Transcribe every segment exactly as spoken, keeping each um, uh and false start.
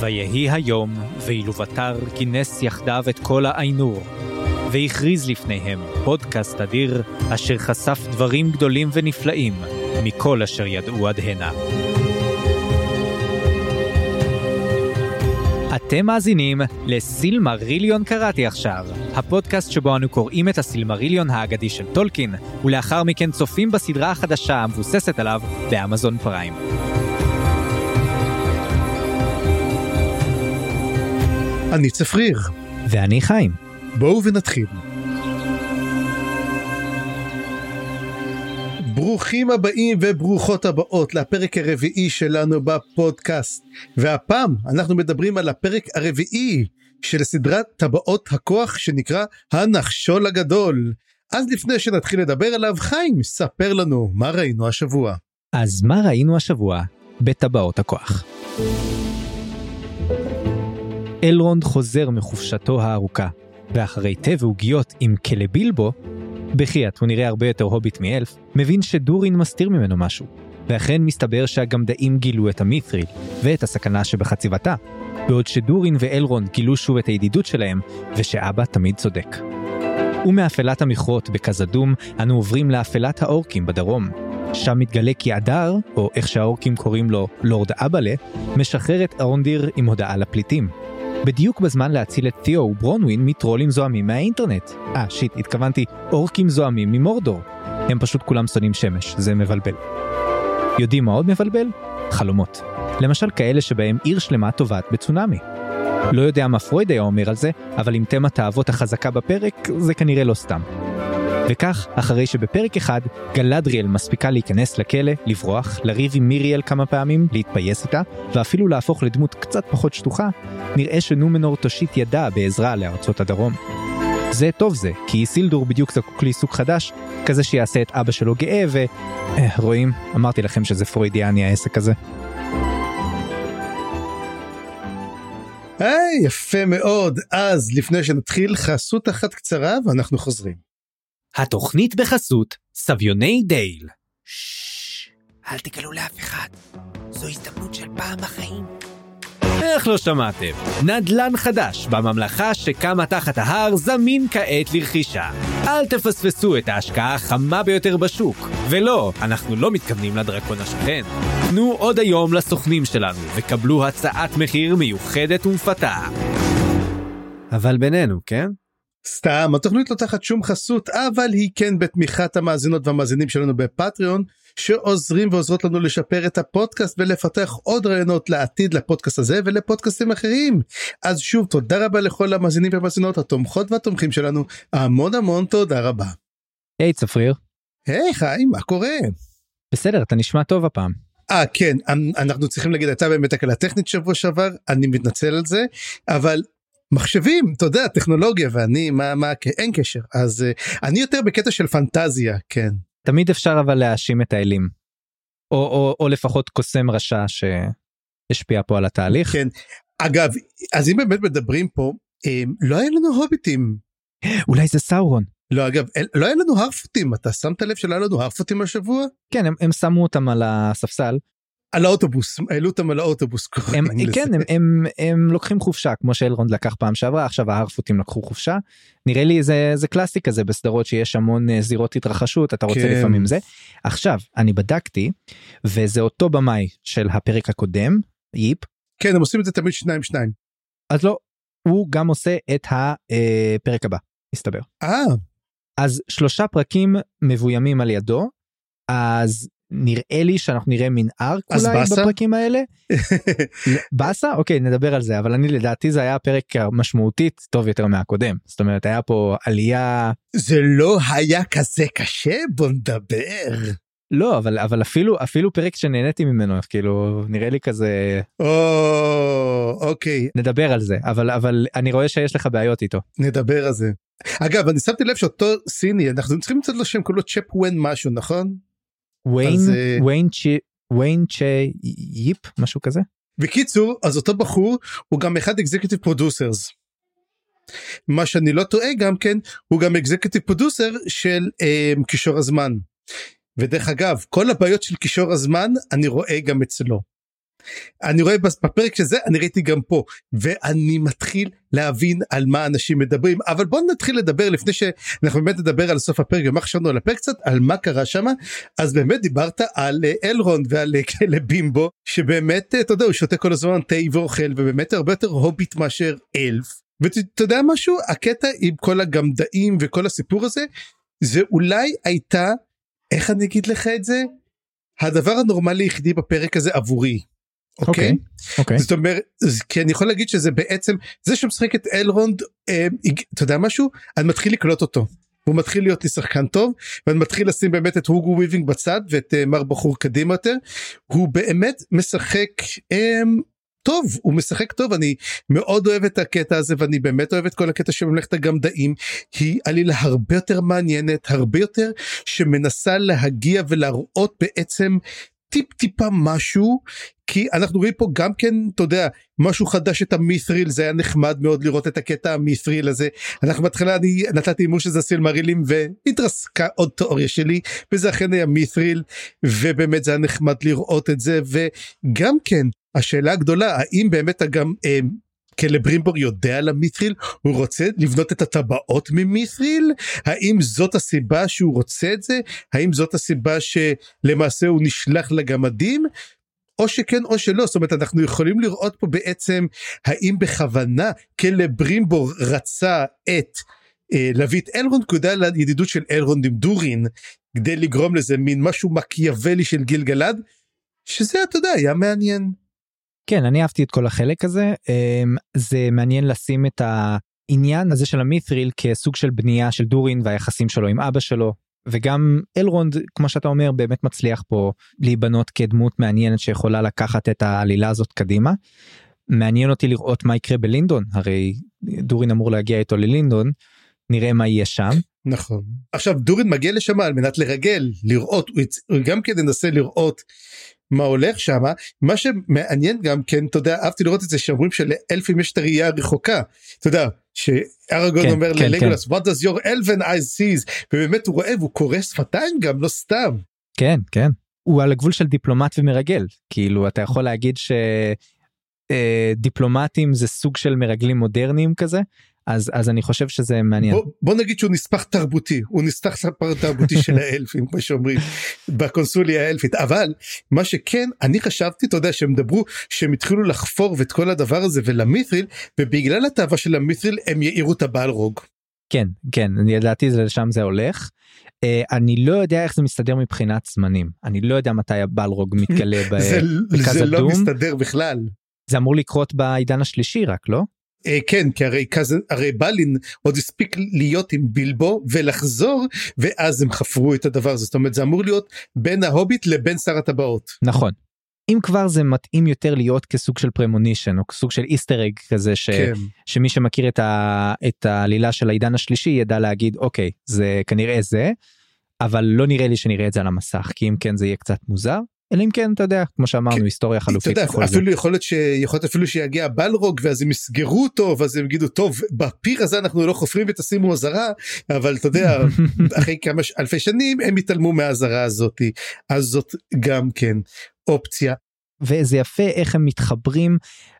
ויהי היום, ואילו ותר כינס יחדיו את כל העינור, והכריז לפניהם פודקאסט אדיר, אשר חשף דברים גדולים ונפלאים, מכל אשר ידעו עד הנה. אתם מאזינים לסילמריליון קראתי עכשיו, הפודקאסט שבו אנו קוראים את הסילמריליון האגדי של טולקין, ולאחר מכן צופים בסדרה החדשה המבוססת עליו באמזון פריים. אני צפריר. ואני חיים. בואו ונתחיל. ברוכים הבאים וברוכות הבאות לפרק הרביעי שלנו בפודקאסט. והפעם אנחנו מדברים על הפרק הרביעי של סדרת טבעות הכוח שנקרא הנחשול הגדול. אז לפני שנתחיל לדבר עליו, חיים, ספר לנו מה ראינו השבוע. אז מה ראינו השבוע בטבעות הכוח? אלרונד חוזר מחופשתו הארוכה, ואחרי תה ועוגיות עם כלא בילבו, בחייאת, הוא נראה הרבה יותר הוביט מאלף, מבין שדורין מסתיר ממנו משהו, ואכן מסתבר שהגמדאים גילו את המית'ריל, ואת הסכנה שבחציבתה, בעוד שדורין ואלרונד גילו שוב את הידידות שלהם, ושאבא תמיד צודק. ומאפלת המכרות בקזדום, אנו עוברים לאפלת האורקים בדרום. שם מתגלה כי אדר, או איך שהאורקים קוראים לו לורד אבאלה, משחרר את ארונדיר עם הודעה לפליטים. בדיוק בזמן להציל את תיאו וברונווין מטרולים זוהמים מהאינטרנט. אה, שיט, התכוונתי אורקים זוהמים ממורדור. הם פשוט כולם שונאים שמש, זה מבלבל. יודעים מה עוד מבלבל? חלומות. למשל כאלה שבהם עיר שלמה טובעת בצונאמי. לא יודע מה פרויד היה אומר על זה, אבל עם תמת האבות החזקה בפרק, זה כנראה לא סתם. וכך, אחרי שבפרק אחד, גלדריאל מספיקה להיכנס לכלא, לברוח, לריב עם מיריאל כמה פעמים, להתפייס איתה, ואפילו להפוך לדמות קצת פחות שטוחה, נראה שנומנור תושיט ידה בעזרה לארצות הדרום. זה טוב זה, כי איסילדור בדיוק זקוק לעיסוק חדש, כזה שיעשה את אבא שלו גאה, ו... אה, רואים? אמרתי לכם שזה פרוידיאני העסק הזה. היי, יפה מאוד. אז לפני שנתחיל, חסות אחת קצרה ואנחנו חוזרים. התוכנית בחסות סביוני דייל. ששש, אל תגלו לאף אחד. זו הזדמנות של פעם בחיים. איך לא שמעתם? נדלן חדש בממלכה שקמה תחת ההר זמין כעת לרכישה. אל תפספסו את ההשקעה החמה ביותר בשוק. ולא, אנחנו לא מתכוונים לדרקון השכן. תנו עוד היום לסוכנים שלנו וקבלו הצעת מחיר מיוחדת ומפתה. אבל בינינו, כן? סתם, התוכנית לא תחת שום חסות, אבל היא כן בתמיכת המאזינות והמאזינים שלנו בפטריון, שעוזרים ועוזרות לנו לשפר את הפודקאסט ולפתח עוד רעיונות לעתיד לפודקאסט הזה ולפודקאסטים אחרים. אז שוב, תודה רבה לכל המאזינים והמאזינות, התומכות והתומכים שלנו, המון המון תודה רבה. היי צפריר. היי חיים, מה קורה? בסדר, אתה נשמע טוב הפעם. אה כן, אנחנו צריכים להגיד, הייתה באמת הקלה טכנית שבוע שעבר, אני מתנצל על זה, אבל... מחשבים, אתה יודע, טכנולוגיה, ואני, מה, מה, אין קשר, אז uh, אני יותר בקטע של פנטזיה, כן. תמיד אפשר אבל להאשים את האלים, או, או, או לפחות קוסם רשע שהשפיע פה על התהליך. כן, אגב, אז אם באמת מדברים פה, הם, לא היה לנו הוביטים. אולי זה סאורון. לא, אגב, לא היה לנו הרפוטים, אתה שמת לב שלא היה לנו הרפוטים השבוע? כן, הם, הם שמו אותם על הספסל. על האוטובוס, העלו אותם על האוטובוס. הם, כן, הם, הם, הם לוקחים חופשה, כמו שאלרונד לקח פעם שעברה, עכשיו ההרפוטים לקחו חופשה. נראה לי זה, זה קלאסי כזה בסדרות שיש המון זירות התרחשות, אתה רוצה כן. לפעמים זה. עכשיו, אני בדקתי, וזה אותו במאי של הפרק הקודם, ייפ. כן, הם עושים את זה תמיד שניים שניים. אז לא, הוא גם עושה את הפרק הבא, מסתבר. אה. אז שלושה פרקים מבוימים על ידו, אז... נראה לי שאנחנו נראה מין ארק אולי בפרקים האלה. בסה? אוקיי, נדבר על זה, אבל אני לדעתי זה היה פרק משמעותית טוב יותר מהקודם. זאת אומרת, היה פה עלייה... זה לא היה כזה קשה, בוא נדבר. לא, אבל, אבל אפילו, אפילו פרק שנהניתי ממנו, כאילו, נראה לי כזה... או, אוקיי. נדבר על זה, אבל, אבל אני רואה שיש לך בעיות איתו. נדבר על זה. אגב, אני שמתי לב שאותו סיני, אנחנו צריכים לצאת לו שם כולו צ'פ ווין משהו, נכון? וויין, וויין צ'י, וויין צ'י ייפ, משהו כזה. בקיצור, אז אותו בחור, הוא גם אחד אקזקיוטיב פרודוסרס. מה שאני לא טועה גם כן, הוא גם אקזקיוטיב פרודוסר של אה, קישור הזמן. ודרך אגב, כל הבעיות של קישור הזמן, אני רואה גם אצלו. אני רואה בפרק שזה, אני ראיתי גם פה, ואני מתחיל להבין על מה אנשים מדברים, אבל בואו נתחיל לדבר לפני שאנחנו באמת נדבר על סוף הפרק, ומה חשבנו על הפרק קצת, על מה קרה שם. אז באמת דיברת על אלרונד ועל בימבו, שבאמת, אתה יודע, הוא שותה כל הזמן תה ואוכל, ובאמת הרבה יותר הוביט מאשר אלף, ואתה יודע משהו, הקטע עם כל הגמדאים וכל הסיפור הזה, זה אולי הייתה, איך אני אגיד לך את זה, הדבר הנורמלי היחידי בפרק הזה עבורי. אוקיי? אוקיי. זאת אומרת, כי אני יכול להגיד שזה בעצם, זה שמשחק את אלרונד, אתה יודע משהו? אני מתחיל לקלוט אותו. הוא מתחיל להיות לי שחקן טוב, ואני מתחיל לשים באמת את הוגו וויבינג בצד, ואת מר בחור קדימה יותר. הוא באמת משחק טוב, הוא משחק טוב, אני מאוד אוהב את הקטע הזה, ואני באמת אוהב את כל הקטע של ממלכת הגמדאים, היא עלילה הרבה יותר מעניינת, הרבה יותר שמנסה להגיע ולהראות בעצם טיפ טיפה משהו, כי אנחנו רואים פה גם כן, אתה יודע, משהו חדש את המית'ריל, זה היה נחמד מאוד לראות את הקטע המית'ריל הזה, אנחנו בהתחלה אני נתתי אימור שזה סילמרילים, והתרסקה עוד תיאוריה שלי, וזה אכן היה מית'ריל, ובאמת זה היה נחמד לראות את זה, וגם כן, השאלה הגדולה, האם באמת גם אה, קלברימבור יודע על המית'ריל, הוא רוצה לבנות את הטבעות ממית'ריל, האם זאת הסיבה שהוא רוצה את זה, האם זאת הסיבה שלמעשה הוא נשלח לגמדים, או שכן או שלא, זאת אומרת אנחנו יכולים לראות פה בעצם, האם בכוונה קלברימבור רצה את, אה, להביא את אלרונד, כי הוא יודע על הידידות של אלרונד עם דורין, כדי לגרום לזה מין משהו מקיאוולי של גילגלד, שזה אתה יודע היה מעניין. כן, אני אהבתי את כל החלק הזה, זה מעניין לשים את העניין הזה של המית'ריל כסוג של בנייה של דורין והיחסים שלו עם אבא שלו, וגם אלרונד, כמו שאתה אומר, באמת מצליח פה להיבנות כדמות מעניינת שיכולה לקחת את העלילה הזאת קדימה. מעניין אותי לראות מה יקרה בלינדון, הרי דורין אמור להגיע איתו ללינדון, נראה מה יהיה שם. נכון. עכשיו דורין מגיע לשם על מנת לרגל, לראות, הוא גם כדי ננסה לראות מה הולך שם, מה שמעניין גם כן, אתה יודע, אהבתי לראות את זה שאומרים שלאלפים יש את הראייה הרחוקה, אתה יודע, שארגון כן, אומר כן, ללגולס, כן. What does your elven eyes see? ובאמת הוא רואה, והוא קורא שפתיים גם, לא סתם. כן, כן. הוא על הגבול של דיפלומט ומרגל, כאילו אתה יכול להגיד שדיפלומטים זה סוג של מרגלים מודרניים כזה, אז, אז אני חושב שזה מעניין. בוא, בוא נגיד שהוא נספח תרבותי, הוא נספח תרבותי של האלפים, כמו שאומרים, בקונסוליה האלפית, אבל מה שכן, אני חשבתי, אתה יודע, שהם דברו, שהם התחילו לחפור ואת כל הדבר הזה ולמית'ריל, ובגלל התאווה של המית'ריל, הם יאירו את הבעלרוג. כן, כן, אני ידעתי לשם זה הולך, אני לא יודע איך זה מסתדר מבחינת זמנים, אני לא יודע מתי הבעלרוג מתגלה בכזה זה לא דום. מסתדר בכלל. זה אמור לקרות בעידן השלישי רק, לא? כן, כי הרי, הרי בלין עוד הספיק להיות עם בילבו ולחזור, ואז הם חפרו את הדבר הזה, זאת אומרת זה אמור להיות בין ההוביט לבין שר הטבעות. נכון. אם כבר זה מתאים יותר להיות כסוג של פרמונישן, או כסוג של איסטר אג כזה, ש... כן. שמי שמכיר את, ה... את העלילה של העידן השלישי, ידע להגיד, אוקיי, זה כנראה זה, אבל לא נראה לי שנראה את זה על המסך, כי אם כן זה יהיה קצת מוזר, אלא אם כן, אתה יודע, כמו שאמרנו, היסטוריה חלופית. אתה יודע, אפילו יכול להיות שיכול להיות אפילו שיגיע בלרוג, ואז הם יסגרו אותו, ואז הם יגידו, טוב, בפיר הזה אנחנו לא חופרים ותשימו עזרה, אבל אתה יודע, אחרי כמה אלפי שנים, הם יתעלמו מהעזרה הזאת, אז זאת גם כן אופציה. וזה יפה איך הם מתחברים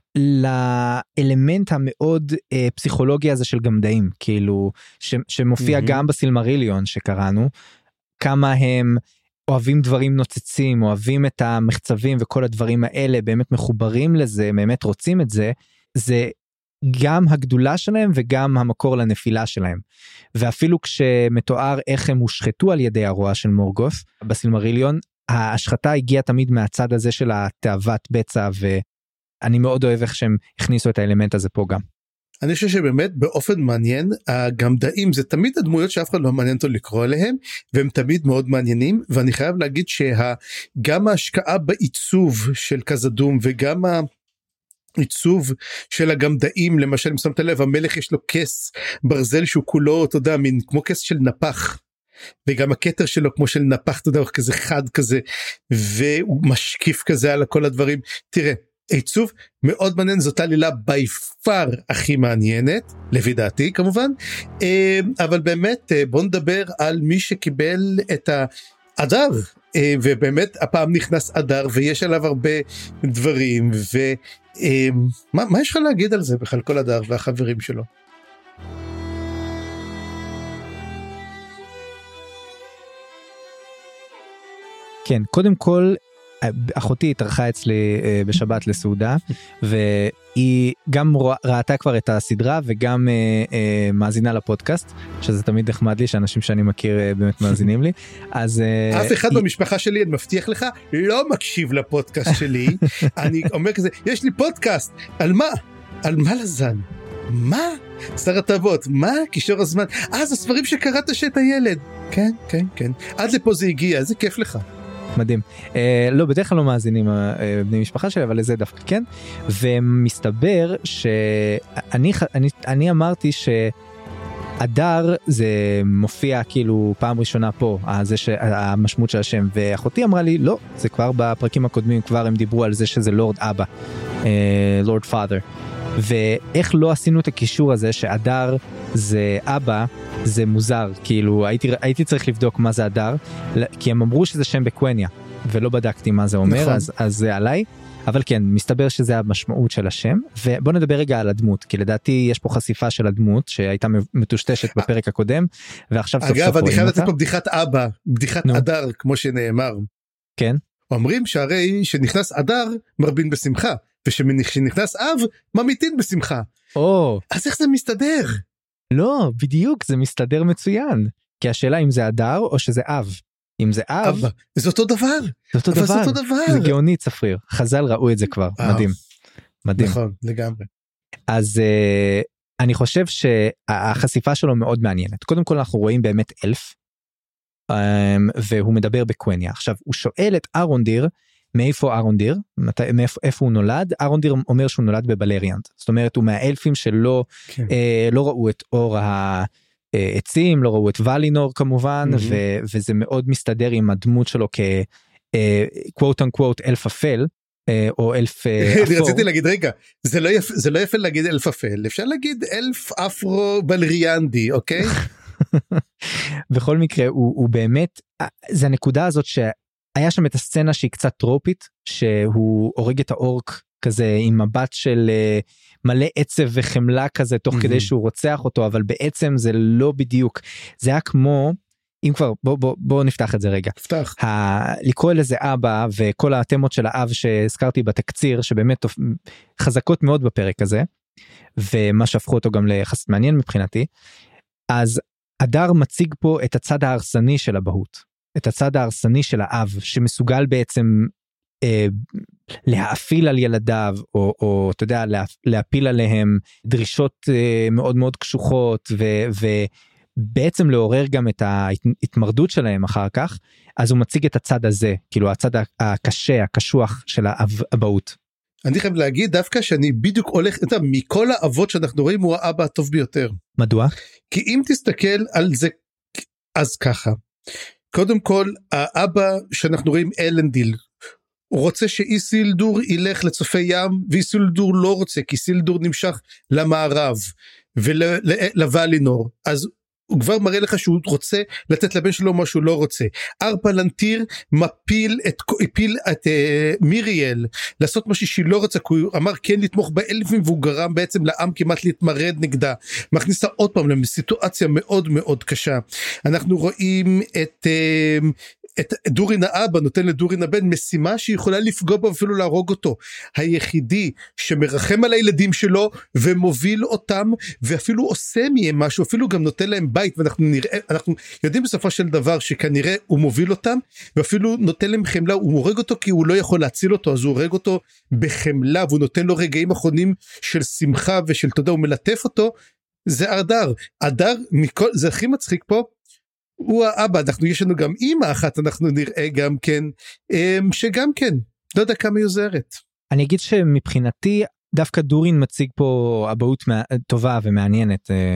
לאלמנט המאוד אה, פסיכולוגי הזה של גמדאים, כאילו, ש, שמופיע גם בסילמריליון שקראנו, כמה הם אוהבים דברים נוצצים, אוהבים את המחצבים וכל הדברים האלה, באמת מחוברים לזה, באמת רוצים את זה, זה גם הגדולה שלהם וגם המקור לנפילה שלהם. ואפילו כשמתואר איך הם הושחתו על ידי הרוע של מורגות בסילמריליון, ההשחתה הגיעה תמיד מהצד הזה של התאוות בצע, ואני מאוד אוהב איך שהם הכניסו את האלמנט הזה פה גם. אני חושב שבאמת באופן מעניין, הגמדאים זה תמיד הדמויות שאף אחד לא מעניין אותו לקרוא עליהם, והם תמיד מאוד מעניינים, ואני חייב להגיד שגם ההשקעה בעיצוב של כזדום, וגם העיצוב של הגמדאים, למשל אם שמת לב, המלך יש לו כס ברזל שהוא כולו, אתה יודע, מין כמו כס של נפח, וגם הכתר שלו כמו של נפח, אתה יודע, כזה חד כזה, והוא משקיף כזה על כל הדברים, תראה, עיצוב מאוד מעניין, זאת עלילה ביפר הכי מעניינת, לפי דעתי כמובן, אבל באמת בוא נדבר על מי שקיבל את ההדר ובאמת הפעם נכנס אדר ויש עליו הרבה דברים, ומה מה יש לך להגיד על זה בכלל, כל אדר והחברים שלו? כן, קודם כל, אחותי התארחה אצלי בשבת לסעודה, והיא גם ראתה כבר את הסדרה וגם מאזינה לפודקאסט, שזה תמיד נחמד לי שאנשים שאני מכיר באמת מאזינים לי. אז אף אחד במשפחה שלי, אני מבטיח לך, לא מקשיב לפודקאסט שלי. אני אומר כזה, יש לי פודקאסט, על מה? על מה לזן? מה? שר הטבות, מה? קישור הזמן. אה, זה ספרים שקראת שאת הילד. כן, כן, כן. עד לפה זה הגיע, איזה כיף לך. מדהים. אה, לא, בדרך כלל לא מאזינים אה, בני משפחה שלי, אבל לזה דווקא כן. ומסתבר שאני אני, אני אמרתי שאדר זה מופיע כאילו פעם ראשונה פה, זה שהמשמעות של השם, ואחותי אמרה לי, לא, זה כבר בפרקים הקודמים, כבר הם דיברו על זה שזה לורד אבא, אה, לורד פאדר. ואיך לא עשינו את הקישור הזה שאדר זה אבא, זה מוזר, כאילו הייתי, הייתי צריך לבדוק מה זה אדר, כי הם אמרו שזה שם בקווניה, ולא בדקתי מה זה אומר, נכון. אז, אז זה עליי, אבל כן, מסתבר שזה המשמעות של השם, ובוא נדבר רגע על הדמות, כי לדעתי יש פה חשיפה של הדמות, שהייתה מטושטשת בפרק הקודם, ועכשיו סוף סוף רואים אותה. אגב, אני חייב לתת פה בדיחת אבא, בדיחת נו. אדר, כמו שנאמר. כן. אומרים שהרי שנכנס אדר, מרבין בשמחה, ושנכנס אב, ממיתין בשמחה. או. אז איך זה מסתדר? לא, בדיוק, זה מסתדר מצוין. כי השאלה אם זה אדר או שזה אב. אם זה אב... אב, זה אותו דבר. זה אותו דבר. זה אותו דבר. זה גאוני צפריר. חז"ל ראו את זה כבר. מדהים. מדהים. נכון, לגמרי. אז uh, אני חושב שהחשיפה שלו מאוד מעניינת. קודם כל אנחנו רואים באמת אלף, um, והוא מדבר בקווניה. עכשיו, הוא שואל את ארונדיר, מאיפה ארונדיר? מאיפה, איפה הוא נולד? ארונדיר אומר שהוא נולד בבלריאנט. זאת אומרת, הוא מהאלפים שלא כן. אה, לא ראו את אור העצים, לא ראו את ולינור כמובן, mm-hmm. ו, וזה מאוד מסתדר עם הדמות שלו כ-quote unquote אלף אפל, אה, או אלף אפור. אני רציתי להגיד, רגע, זה לא יפ, זה לא יפה להגיד אלף אפל, אפשר להגיד אלף אפרו בלריאנדי, אוקיי? בכל מקרה, הוא, הוא באמת, זה הנקודה הזאת ש... היה שם את הסצנה שהיא קצת טרופית, שהוא הורג את האורק כזה עם מבט של uh, מלא עצב וחמלה כזה, תוך mm-hmm. כדי שהוא רוצח אותו, אבל בעצם זה לא בדיוק. זה היה כמו, אם כבר, בוא, בוא, בוא נפתח את זה רגע. פתח. ה- לקרוא לזה אבא, וכל התמות של האב שהזכרתי בתקציר, שבאמת חזקות מאוד בפרק הזה, ומה שהפכו אותו גם ליחסית מעניין מבחינתי, אז אדר מציג פה את הצד ההרסני של הבהות. את הצד ההרסני של האב, שמסוגל בעצם אה, להאפיל על ילדיו, או, או אתה יודע, לה, להפיל עליהם דרישות אה, מאוד מאוד קשוחות, ו, ובעצם לעורר גם את ההתמרדות שלהם אחר כך, אז הוא מציג את הצד הזה, כאילו הצד הקשה, הקשוח של האבהות. אני חייב להגיד דווקא שאני בדיוק הולך, אתה, מכל האבות שאנחנו רואים, הוא האבא הטוב ביותר. מדוע? כי אם תסתכל על זה, אז ככה, קודם כל, האבא שאנחנו רואים אלנדיל, הוא רוצה שאיסילדור ילך לצופי ים, ואיסילדור לא רוצה, כי איסילדור נמשך למערב, ולוולינור, אז הוא כבר מראה לך שהוא רוצה לתת לבן שלו מה שהוא לא רוצה. ארפלנטיר מפיל את, הפיל את uh, מיריאל, לעשות משהו שהיא לא רוצה, כי הוא אמר כן לתמוך באלפים, והוא גרם בעצם לעם כמעט להתמרד נגדה, מכניס לה עוד פעם לסיטואציה מאוד מאוד קשה. אנחנו רואים את... Uh, את דורין האבא נותן לדורין הבן משימה שיכולה לפגוע בו אפילו להרוג אותו, היחידי שמרחם על הילדים שלו ומוביל אותם ואפילו עושה מהם משהו, אפילו גם נותן להם בית, ואנחנו נראה, אנחנו יודעים בסופו של דבר שכנראה הוא מוביל אותם ואפילו נותן להם חמלה, הוא מורג אותו כי הוא לא יכול להציל אותו, אז הוא הורג אותו בחמלה והוא נותן לו רגעים אחרונים של שמחה ושל תודה, הוא מלטף אותו. זה אדר, אדר מכל, זה הכי מצחיק פה, הוא האבא, אנחנו יש לנו גם אמא אחת, אנחנו נראה גם כן, שגם כן, לא יודע כמה היא עוזרת. אני אגיד שמבחינתי, דווקא דורין מציג פה אבהות טובה ומעניינת,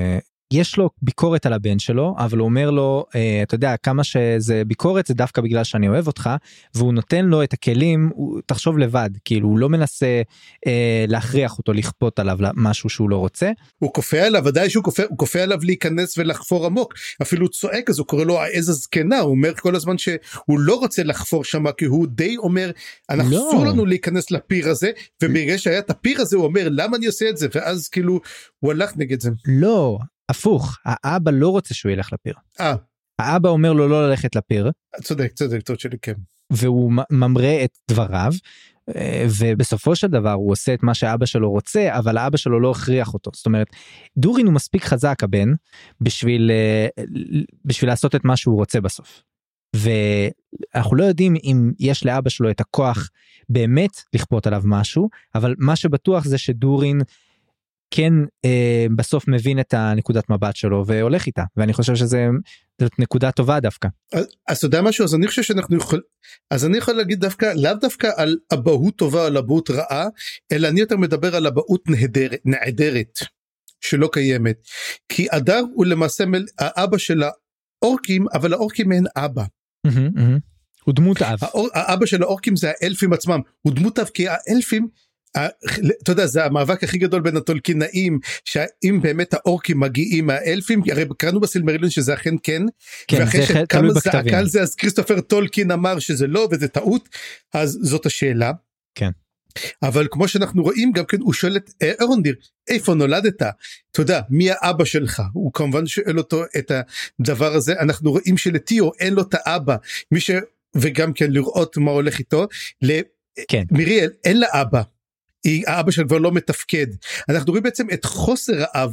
יש לו ביקורת על הבן שלו, אבל הוא אומר לו, אה, אתה יודע, כמה שזה ביקורת, זה דווקא בגלל שאני אוהב אותך, והוא נותן לו את הכלים, הוא, תחשוב לבד, כאילו הוא לא מנסה אה, להכריח אותו, לכפות עליו משהו שהוא לא רוצה. הוא כופה עליו, ודאי שהוא כופה, הוא כופה עליו להיכנס ולחפור עמוק, אפילו הוא צועק, אז הוא קורא לו העז הזקנה, הוא אומר כל הזמן שהוא לא רוצה לחפור שם, כי הוא די אומר, אנחנו לא. אסור לנו להיכנס לפיר הזה, וברגע שהיה את הפיר הזה, הוא אומר, למה אני עושה את זה? ואז כאילו, הוא הלך נגד זה. לא, הפוך, האבא לא רוצה שהוא ילך לפיר. אה. האבא אומר לו לא ללכת לפיר. צודק, צודק, צודק שלי, כן. והוא ממראה את דבריו, ובסופו של דבר הוא עושה את מה שאבא שלו רוצה, אבל האבא שלו לא הכריח אותו. זאת אומרת, דורין הוא מספיק חזק הבן, בשביל, בשביל לעשות את מה שהוא רוצה בסוף. ואנחנו לא יודעים אם יש לאבא שלו את הכוח באמת לכפות עליו משהו, אבל מה שבטוח זה שדורין כן אה, בסוף מבין את הנקודת מבט שלו והולך איתה, ואני חושב שזה זאת נקודה טובה דווקא. אז, אז אתה יודע משהו, אז אני חושב שאנחנו יכול, אז אני יכול להגיד דווקא, לאו דווקא על אבהות טובה, על אבהות רעה, אלא אני יותר מדבר על אבהות נהדרת, נעדרת, שלא קיימת, כי אדר הוא למעשה האבא של האורקים, אבל האורקים אין אבא. הוא דמות אב. האבא של האורקים זה האלפים עצמם, הוא דמות אב, כי האלפים, אתה יודע, זה המאבק הכי גדול בין הטולקינאים, שאם באמת האורקים מגיעים מהאלפים, הרי קראנו בסילמרילון שזה אכן כן, ואחרי שכמה זעקה על זה, אז כריסטופר טולקין אמר שזה לא, וזה טעות, אז זאת השאלה. כן. אבל כמו שאנחנו רואים, גם כן הוא שואל את ארונדיר, איפה נולדת? אתה יודע, מי האבא שלך? הוא כמובן שואל אותו את הדבר הזה, אנחנו רואים שלתיאו אין לו את האבא, מי ש... וגם כן לראות מה הולך איתו, למיריאל אין לה אבא, היא, האבא שלה כבר לא מתפקד, אנחנו רואים בעצם את חוסר האב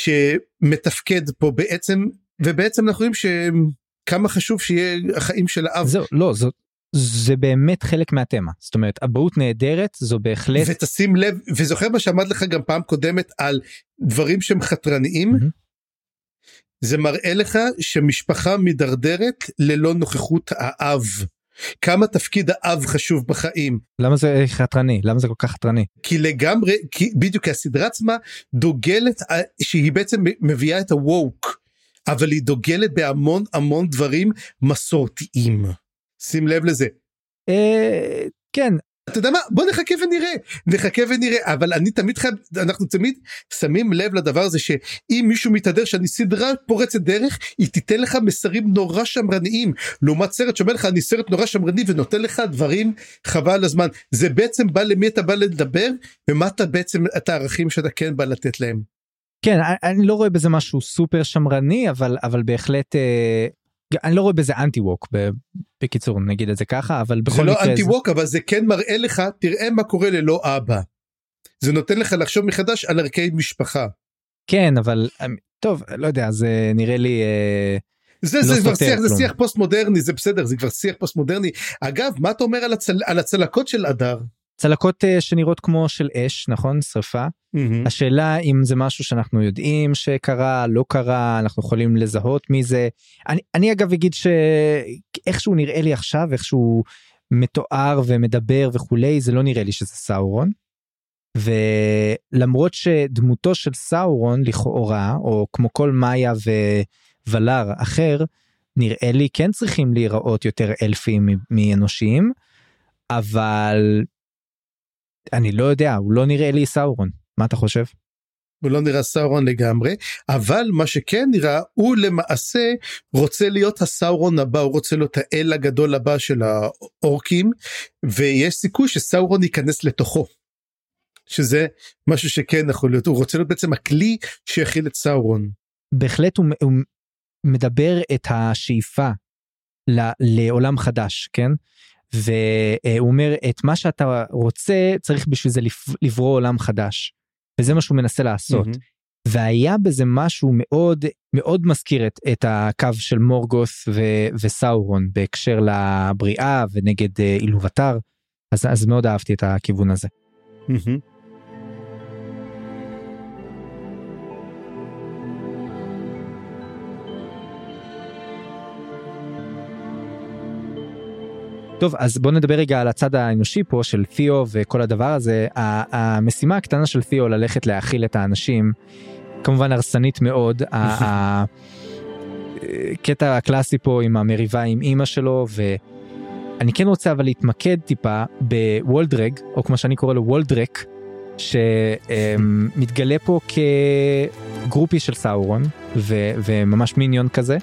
שמתפקד פה בעצם, ובעצם אנחנו רואים שכמה חשוב שיהיה החיים של האב. זהו, לא, זאת, זה באמת חלק מהתמה, זאת אומרת, אבהות נהדרת, זו בהחלט... ותשים לב, וזוכר מה שעמד לך גם פעם קודמת, על דברים שהם חתרניים, mm-hmm. זה מראה לך שמשפחה מדרדרת ללא נוכחות האב. כמה תפקיד האב חשוב בחיים. למה זה חתרני? למה זה כל כך חתרני? כי לגמרי, כי בדיוק הסדרה עצמה דוגלת, שהיא בעצם מביאה את הווק, אבל היא דוגלת בהמון המון דברים מסורתיים. שים לב לזה. אה, כן. אתה יודע מה? בוא נחכה ונראה, נחכה ונראה, אבל אני תמיד חייב, אנחנו תמיד שמים לב לדבר הזה, שאם מישהו מתהדר שאני סדרה פורצת דרך, היא תיתן לך מסרים נורא שמרניים, לעומת סרט שאומר לך, אני סרט נורא שמרני, ונותן לך דברים חבל הזמן, זה בעצם בא למי אתה בא לדבר, ומה אתה בעצם, את הערכים שאתה כן בא לתת להם. כן, אני לא רואה בזה משהו סופר שמרני, אבל, אבל בהחלט... אני לא רואה בזה אנטי-ווק, בקיצור נגיד את זה ככה, אבל בכל מקרה... זה לא אנטי-ווק, אבל זה כן מראה לך, תראה מה קורה ללא אבא. זה נותן לך לחשוב מחדש על ערכי משפחה. כן, אבל, טוב, לא יודע, זה נראה לי... זה, זה כבר שיח, זה שיח פוסט מודרני, זה בסדר, זה כבר שיח פוסט מודרני. אגב, מה אתה אומר על, הצל, על הצלקות של אדר? צלקות שנראות כמו של אש, נכון? שריפה. Mm-hmm. השאלה אם זה משהו שאנחנו יודעים שקרה, לא קרה, אנחנו יכולים לזהות מזה. אני, אני אגב אגיד שאיכשהו נראה לי עכשיו, איכשהו מתואר ומדבר וכולי, זה לא נראה לי שזה סאורון. ולמרות שדמותו של סאורון לכאורה, או כמו כל מאיה וולר אחר, נראה לי כן צריכים להיראות יותר אלפים מאנושיים, אבל... אני לא יודע, הוא לא נראה לי סאורון. מה אתה חושב? הוא לא נראה סאורון לגמרי, אבל מה שכן נראה, הוא למעשה רוצה להיות הסאורון הבא, הוא רוצה להיות האל הגדול הבא של האורקים, ויש סיכוי שסאורון ייכנס לתוכו. שזה משהו שכן יכול להיות, הוא רוצה להיות בעצם הכלי שיכיל את סאורון. בהחלט הוא, הוא מדבר את השאיפה לעולם חדש, כן? והוא אומר, את מה שאתה רוצה, צריך בשביל זה לברוא עולם חדש. וזה מה שהוא מנסה לעשות. Mm-hmm. והיה בזה משהו מאוד, מאוד מזכיר את, את הקו של מורגוס ו- וסאורון, בהקשר לבריאה ונגד אילובטר. אז, אז מאוד אהבתי את הכיוון הזה. Mm-hmm. טוב, אז בוא נדבר רגע על הצד האנושי פה של תיאו וכל הדבר הזה. המשימה הקטנה של תיאו ללכת להאכיל את האנשים, כמובן הרסנית מאוד, הקטע הקלאסי פה עם המריבה עם אמא שלו, ואני כן רוצה אבל להתמקד טיפה בוולדרג, או כמו שאני קורא לו וולדרק, שמתגלה פה כגרופי של סאורון, וממש מיניון כזה,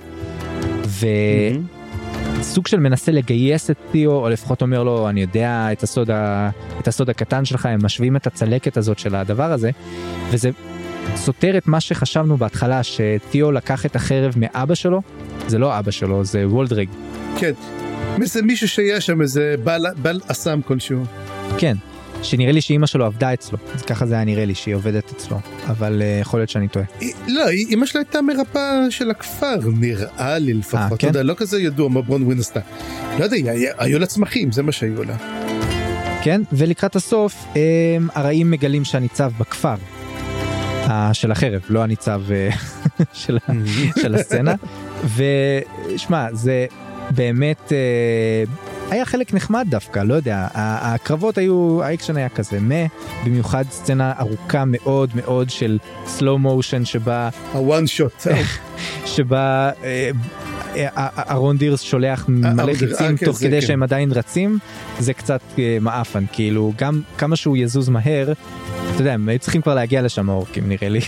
וסוג של מנסה לגייס את תיאו, או לפחות אומר לו, אני יודע את הסוד, את הסוד הקטן שלך, הם משווים את הצלקת הזאת של הדבר הזה, וזה סותר את מה שחשבנו בהתחלה, שתיאו לקח את החרב מאבא שלו, זה לא אבא שלו, זה וולדרג. כן, זה מישהו שיש שם, איזה בעל, בעל אסם כלשהו. כן, שנראה לי שאמא שלו עבדה אצלו, אז ככה זה היה נראה לי שהיא עובדת אצלו, אבל uh, יכול להיות שאני טועה. לא, אמא שלו הייתה מרפאה של הכפר, נראה לי לפחות, 아, כן? אתה יודע, לא כזה ידוע מה ברון ווין עשתה. לא יודע, היו לה צמחים, זה מה שהיו לה. כן, ולקראת הסוף, הם, הרעים מגלים שהניצב בכפר, של החרב, לא הניצב של, של הסצנה, ושמע, זה באמת היה חלק נחמד דווקא, לא יודע, הקרבות היו, האקשן היה כזה, מה, במיוחד סצנה ארוכה מאוד מאוד של סלו מושן שבה, הוואן שוט, שבה ארון דירס שולח מלא חיצים תוך כדי שהם עדיין רצים, זה קצת מאפן, כאילו גם כמה שהוא יזוז מהר, אתה יודע, הם היו צריכים כבר להגיע לשם האורקים, נראה לי.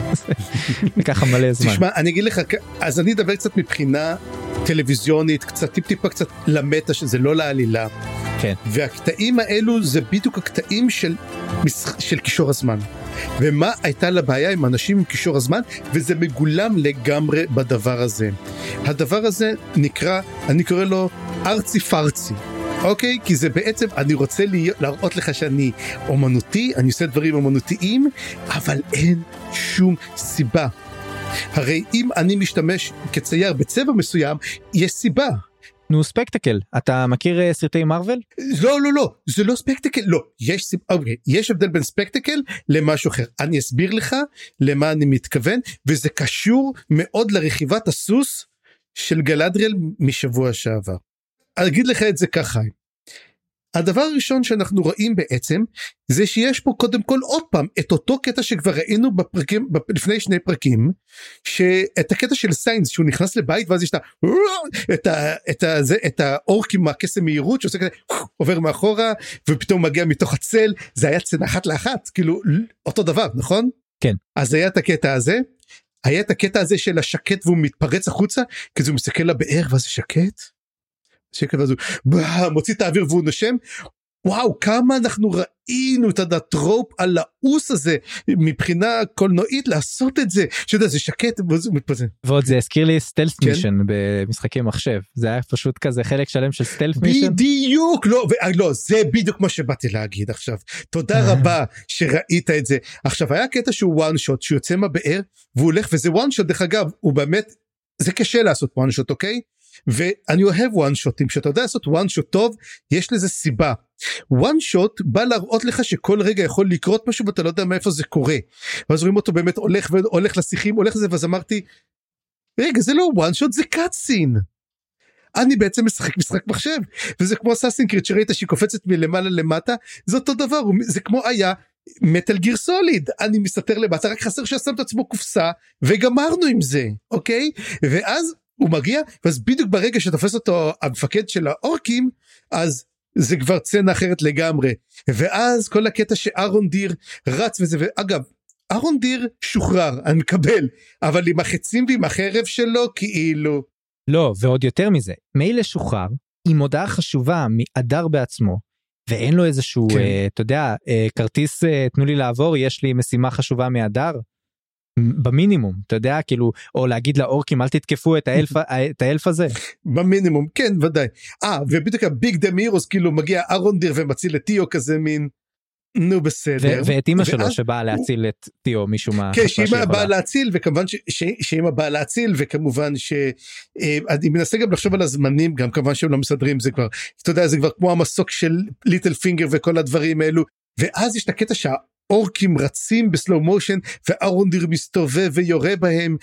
וככה מלא זמן. תשמע, אני אגיד לך, אז אני אדבר קצת מבחינה טלוויזיונית, קצת טיפ טיפה קצת למטה, שזה לא לעלילה. כן. והקטעים האלו זה בדיוק הקטעים של, של קישור הזמן. ומה הייתה לבעיה עם אנשים עם קישור הזמן, וזה מגולם לגמרי בדבר הזה. הדבר הזה נקרא, אני קורא לו ארצי פרצי. אוקיי? כי זה בעצם, אני רוצה להראות לך שאני אומנותי, אני עושה דברים אומנותיים, אבל אין שום סיבה. הרי אם אני משתמש כצייר בצבע מסוים, יש סיבה. נו, ספקטקל. אתה מכיר סרטי מרוול? לא, לא, לא. זה לא ספקטקל. לא. יש סיבה. אוקיי. יש הבדל בין ספקטקל למשהו אחר. אני אסביר לך למה אני מתכוון, וזה קשור מאוד לרכיבת הסוס של גלדריאל משבוע שעבר. אני אגיד לך את זה ככה. הדבר הראשון שאנחנו רואים בעצם, זה שיש פה קודם כל עוד פעם, את אותו קטע שכבר ראינו בפרקים, לפני שני פרקים, שאת הקטע של סיינס, שהוא נכנס לבית, ואז יש את, את, את, את האורק עם הקסם מהירות, שעושה כזה, עובר מאחורה, ופתאום מגיע מתוך הצל, זה היה צנה אחת לאחת, כאילו, אותו דבר, נכון? כן. אז היה את הקטע הזה, היה את הקטע הזה של השקט, והוא מתפרץ החוצה, כי הוא מסתכל לבאר, ואז זה שקט, שקט ואז הוא מוציא את האוויר והוא נושם. וואו, כמה אנחנו ראינו את הטרופ על האוס הזה מבחינה קולנועית לעשות את זה, שאתה זה שקט וזה מתפזן. ועוד זה הזכיר לי סטלף מישן במשחקי מחשב, זה היה פשוט כזה חלק שלם של סטלף מישן. בדיוק, לא, לא, זה בדיוק מה שבאתי להגיד עכשיו. תודה רבה שראית את זה. עכשיו היה קטע שהוא וואן שוט, שהוא יוצא מהבאר והוא הולך, וזה וואן שוט דרך אגב, הוא באמת, זה קשה לעשות וואן שוט, אוקיי? ואני אוהב וואן שוטים, שאתה יודע לעשות וואן שוט טוב, יש לזה סיבה. וואן שוט בא להראות לך שכל רגע יכול לקרות משהו, ואתה לא יודע מאיפה זה קורה. ואז רואים אותו באמת הולך והולך לשיחים, הולך לזה, ואז אמרתי, רגע, זה לא וואן שוט, זה קאטסין. אני בעצם משחק משחק מחשב, וזה כמו אסאסינס קריד, שראית שהיא קופצת מלמעלה למטה, זה אותו דבר, זה כמו היה מטל גיר סוליד, אני מסתתר למטה, רק חסר שעשם את עצמו קופסה, וגמרנו עם זה, אוקיי? ואז הוא מגיע, ואז בדיוק ברגע שתופס אותו המפקד של האורקים, אז זה כבר צנה אחרת לגמרי, ואז כל הקטע שארון דיר רץ וזה, ואגב, ארון דיר שוחרר, אני מקבל, אבל עם החצים ועם החרב שלו, כאילו. לא, ועוד יותר מזה, מילא שוחרר, עם הודעה חשובה מאדר בעצמו, ואין לו איזשהו, כן. אה, אתה יודע, אה, כרטיס, אה, תנו לי לעבור, יש לי משימה חשובה מאדר, במינימום, אתה יודע, כאילו, או להגיד לאורקים, אל תתקפו את האלף, את האלף הזה. במינימום, כן, ודאי. אה, ובדיוק הביג דמירוס, כאילו, מגיע ארון דיר ומציל את תיאו כזה מין, נו בסדר. ואת אמא שלו שבאה להציל את תיאו, משום מה. כן, שאמא באה להציל, וכמובן שאמא באה להציל, וכמובן ש... אני מנסה גם לחשוב על הזמנים, גם כמובן שהם לא מסדרים, זה כבר, אתה יודע, זה כבר כמו המסוק של ליטל פינגר וכל הדברים האלו, ואז יש את הקטע שה... אורקים רצים בסלו מושן, וארון דיר מסתובב ויורה בהם,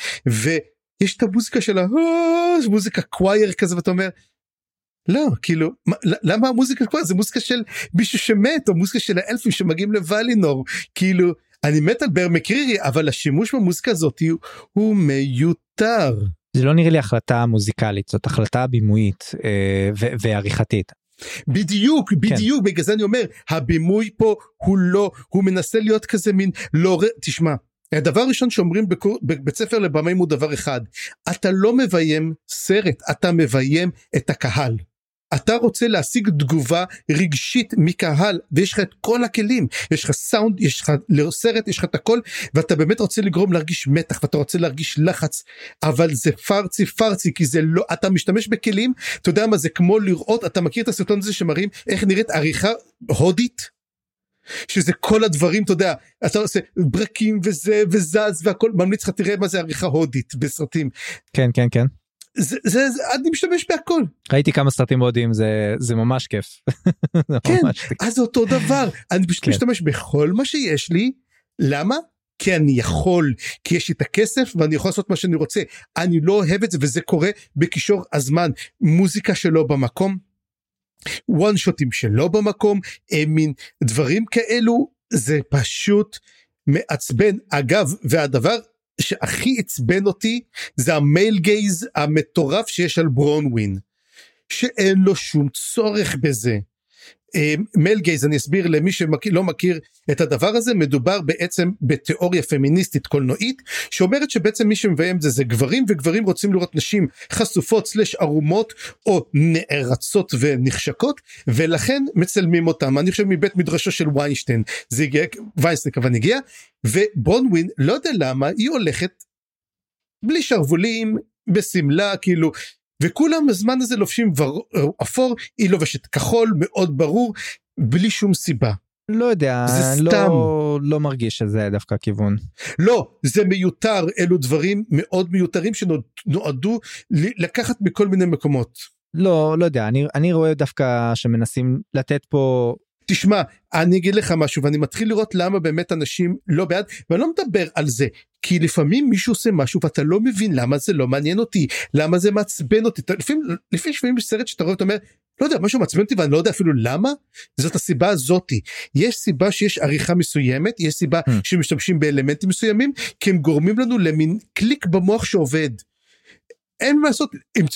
ויש את המוזיקה שלה, מוזיקה קווייר כזה, ואתה אומר, לא, כאילו, למה המוזיקה קווייר? זה מוזיקה של מישהו שמת, או מוזיקה של האלפים שמגיעים לוולינור, כאילו, אני מת על בר מקרירי, אבל השימוש במוזיקה הזאת הוא, הוא מיותר. זה לא נראה לי החלטה מוזיקלית, זאת החלטה בימויית אה, ו- ועריכתית. בדיוק, בדיוק, כן. בגלל זה אני אומר, הבימוי פה הוא לא, הוא מנסה להיות כזה מין, לא, תשמע, הדבר הראשון שאומרים בבית ספר לבמאים הוא דבר אחד, אתה לא מביים סרט, אתה מביים את הקהל. אתה רוצה להשיג תגובה רגשית מקהל, ויש לך את כל הכלים, יש לך סאונד, יש לך לסרט, יש לך את הכל, ואתה באמת רוצה לגרום להרגיש מתח, ואתה רוצה להרגיש לחץ, אבל זה פרצי פרצי, כי זה לא, אתה משתמש בכלים, אתה יודע מה זה כמו לראות, אתה מכיר את הסרטון הזה שמראים איך נראית עריכה הודית? שזה כל הדברים, אתה יודע, אתה עושה ברקים וזה וזז והכל, ממליץ לך תראה מה זה עריכה הודית בסרטים. כן, כן, כן. זה, זה, זה, אני משתמש בהכל. ראיתי כמה סרטים הודים, זה, זה ממש כיף. זה כן, ממש אז זה אותו דבר, אני פשוט כן. משתמש בכל מה שיש לי, למה? כי אני יכול, כי יש לי את הכסף ואני יכול לעשות מה שאני רוצה, אני לא אוהב את זה וזה קורה בקישור הזמן, מוזיקה שלא במקום, וואן שוטים שלא במקום, מין דברים כאלו, זה פשוט מעצבן. אגב, והדבר שהכי עצבן אותי, זה המייל גייז המטורף שיש על ברונווין, שאין לו שום צורך בזה. מייל גייז, אני אסביר למי שלא מכיר את הדבר הזה, מדובר בעצם בתיאוריה פמיניסטית קולנועית, שאומרת שבעצם מי שמביים את זה זה גברים, וגברים רוצים לראות נשים חשופות סלש ערומות, או נערצות ונחשקות, ולכן מצלמים אותם. אני חושב מבית מדרשו של ויינשטיין, זה הגיע, ויינסטיין כוון הגיע, וברונווין, לא יודע למה, היא הולכת בלי שרבולים, בסמלה, כאילו, וכולם בזמן הזה לובשים אפור, היא לובשת כחול, מאוד ברור, בלי שום סיבה. לא יודע, לא, לא מרגיש שזה דווקא כיוון. לא, זה מיותר, אלו דברים מאוד מיותרים שנועדו לקחת מכל מיני מקומות. לא, לא יודע, אני, אני רואה דווקא שמנסים לתת פה... תשמע, אני אגיד לך משהו, ואני מתחיל לראות למה באמת אנשים לא בעד, ואני לא מדבר על זה, כי לפעמים מישהו עושה משהו, ואתה לא מבין למה זה לא מעניין אותי, למה זה מעצבן אותי, לפעמים, לפעמים יש סרט שאתה רואה, אתה אומר, לא יודע, משהו מעצבן אותי, ואני לא יודע אפילו למה, זאת הסיבה הזאת, יש סיבה שיש עריכה מסוימת, יש סיבה mm. שמשתמשים באלמנטים מסוימים, כי הם גורמים לנו למין קליק במוח שעובד, אין מה לעשות,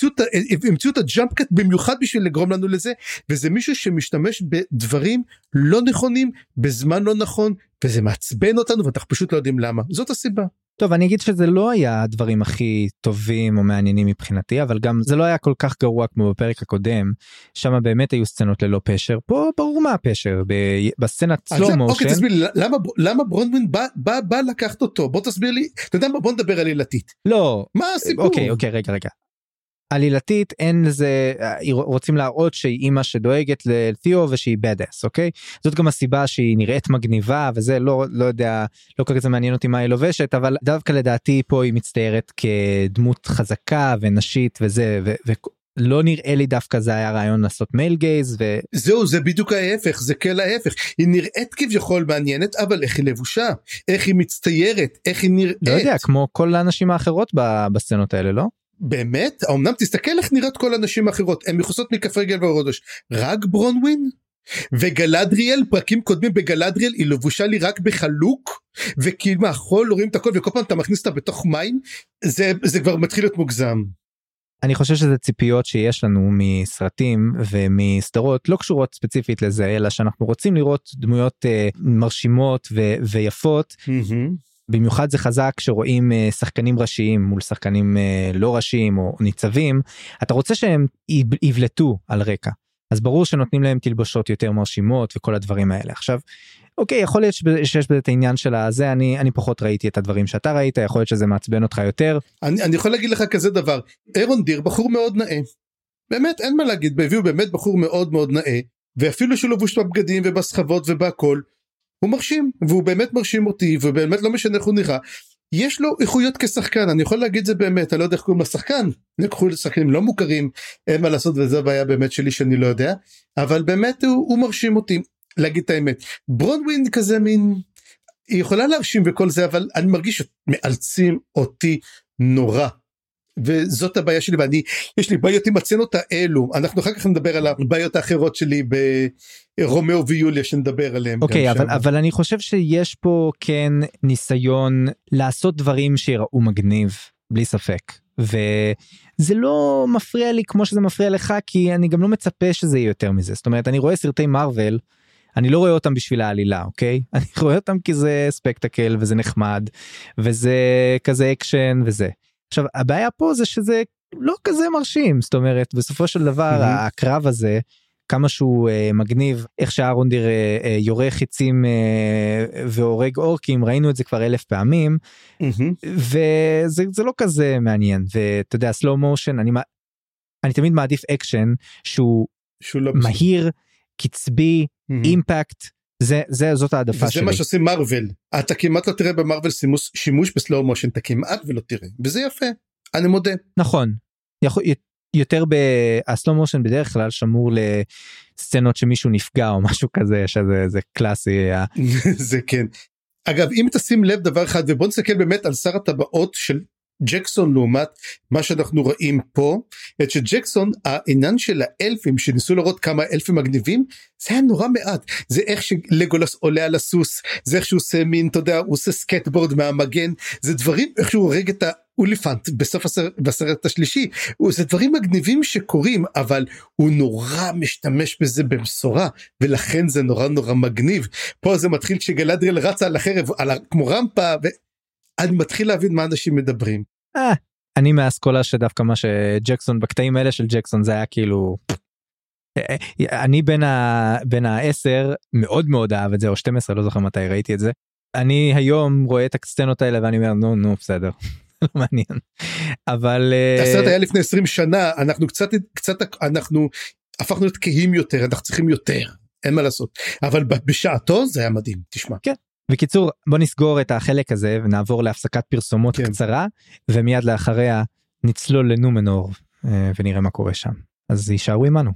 המציאו את הג'אמפ קאט במיוחד בשביל לגרום לנו לזה, וזה מישהו שמשתמש בדברים לא נכונים, בזמן לא נכון, וזה מעצבן אותנו, ואנחנו פשוט לא יודעים למה, זאת הסיבה. טוב, אני אגיד שזה לא היה הדברים הכי טובים או מעניינים מבחינתי, אבל גם זה לא היה כל כך גרוע כמו בפרק הקודם, שם באמת היו סצנות ללא פשר, פה ברור מה הפשר, בסצנת סלו מושן. אוקיי, תסביר לי, למה, למה ברונווין בא, בא, בא לקחת אותו? בוא תסביר לי, אתה יודע מה, בוא נדבר עלילתית. לא. מה הסיפור? אוקיי, אוקיי, רגע, רגע. עלילתית אין לזה, רוצים להראות שהיא אימא שדואגת לתיאו ושהיא בדס, אוקיי? זאת גם הסיבה שהיא נראית מגניבה וזה לא, לא יודע, לא כזה מעניין אותי מה היא לובשת, אבל דווקא לדעתי פה היא מצטיירת כדמות חזקה ונשית וזה, ו- ולא נראה לי דווקא זה היה רעיון לעשות מייל גייז ו... זהו, זה בדיוק ההפך, זה כל ההפך. היא נראית כביכול מעניינת, אבל איך היא לבושה? איך היא מצטיירת? איך היא נראית? לא יודע, כמו כל האנשים האחרות בסצנות האלה, לא? באמת? אמנם תסתכל איך נראות כל הנשים האחרות, הן מכוסות מכף רגל ורודוש, רק ברונווין? וגלדריאל, פרקים קודמים בגלדריאל, היא לבושה לי רק בחלוק, וכאילו מהחול רואים את הכל, וכל פעם אתה מכניס אותה בתוך מים, זה, זה כבר מתחיל להיות מוגזם. אני חושב שזה ציפיות שיש לנו מסרטים ומסדרות, לא קשורות ספציפית לזה, אלא שאנחנו רוצים לראות דמויות אה, מרשימות ו- ויפות, mm-hmm. במיוחד זה חזק שרואים שחקנים ראשיים מול שחקנים לא ראשיים או ניצבים, אתה רוצה שהם יבלטו על רקע, אז ברור שנותנים להם תלבושות יותר מרשימות וכל הדברים האלה. עכשיו, אוקיי, יכול להיות שיש בזה את העניין של הזה, אני, אני פחות ראיתי את הדברים שאתה ראית, יכול להיות שזה מעצבן אותך יותר. אני, אני יכול להגיד לך כזה דבר, אירון דיר בחור מאוד נאה, באמת אין מה להגיד, בהביאו באמת בחור מאוד מאוד נאה, ואפילו שהוא לבוש בבגדים ובסחבות ובהכל, הוא מרשים, והוא באמת מרשים אותי, ובאמת לא משנה איך הוא נראה, יש לו איכויות כשחקן, אני יכול להגיד זה באמת, אני לא יודע איך קוראים לשחקן, לקחו לשחקנים לא מוכרים, אין מה לעשות, וזה הבעיה באמת שלי שאני לא יודע, אבל באמת הוא, הוא מרשים אותי, להגיד את האמת, ברונווין כזה מין, היא יכולה להרשים וכל זה, אבל אני מרגיש שמאלצים אותי נורא, וזאת הבעיה שלי, ואני, יש לי בעיות עם הצנות האלו, אנחנו אחר כך נדבר על הבעיות האחרות שלי ברומאו ויוליה שנדבר עליהם. אוקיי, אבל, אבל אני חושב שיש פה כן ניסיון לעשות דברים שיראו מגניב, בלי ספק, וזה לא מפריע לי כמו שזה מפריע לך, כי אני גם לא מצפה שזה יהיה יותר מזה, זאת אומרת, אני רואה סרטי מארוול, אני לא רואה אותם בשביל העלילה, אוקיי? אני רואה אותם כי זה ספקטקל, וזה נחמד, וזה כזה אקשן, וזה. עכשיו, הבעיה פה זה שזה לא כזה מרשים, זאת אומרת, בסופו של דבר, mm-hmm. הקרב הזה, כמה שהוא אה, מגניב, איך שהארונדיר אה, אה, יורה חיצים אה, והורג אורקים, ראינו את זה כבר אלף פעמים, mm-hmm. וזה זה לא כזה מעניין, ואתה יודע, סלואו מושן, אני, אני תמיד מעדיף אקשן, שהוא, שהוא לא מהיר, קצבי, mm-hmm. אימפקט, זה, זה, זאת העדפה שלי. וזה מה שעושים מארוול, אתה כמעט לא תראה במארוול שימוש בסלואו מושן, אתה כמעט ולא תראה, וזה יפה, אני מודה. נכון, יכול, יותר בסלואו מושן בדרך כלל שמור לסצנות שמישהו נפגע או משהו כזה, שזה זה קלאסי. זה כן. אגב, אם תשים לב דבר אחד, ובוא נסתכל באמת על שר הטבעות של ג'קסון לעומת מה שאנחנו רואים פה, את שג'קסון, העניין של האלפים שניסו לראות כמה אלפים מגניבים, זה היה נורא מעט, זה איך שלגולס עולה על הסוס, זה איך שהוא עושה מין, אתה יודע, הוא עושה סקטבורד מהמגן, זה דברים, איך שהוא הורג את האוליפנט בסוף הסרט, בסרט השלישי, זה דברים מגניבים שקורים, אבל הוא נורא משתמש בזה במשורה, ולכן זה נורא נורא מגניב, פה זה מתחיל כשגלדריאל רצה על החרב, על, כמו רמפה, ו... אני מתחיל להבין מה אנשים מדברים. אה, אני מהאסכולה שדווקא מה שג'קסון, בקטעים האלה של ג'קסון זה היה כאילו, אני בין ה, בין העשר מאוד מאוד אהב את זה, או שתים עשרה, לא זוכר מתי ראיתי את זה. אני היום רואה את הקסצנות האלה ואני אומר, נו, נו, בסדר. לא מעניין. אבל... הסרט היה לפני עשרים שנה, אנחנו קצת, קצת, אנחנו הפכנו להיות כהים יותר, אנחנו צריכים יותר, אין מה לעשות. אבל בשעתו זה היה מדהים, תשמע. כן. בקיצור, בוא נסגור את החלק הזה ונעבור להפסקת פרסומות כן. קצרה, ומיד לאחריה נצלול לנומנור ונראה מה קורה שם. אז יישארו עמנו.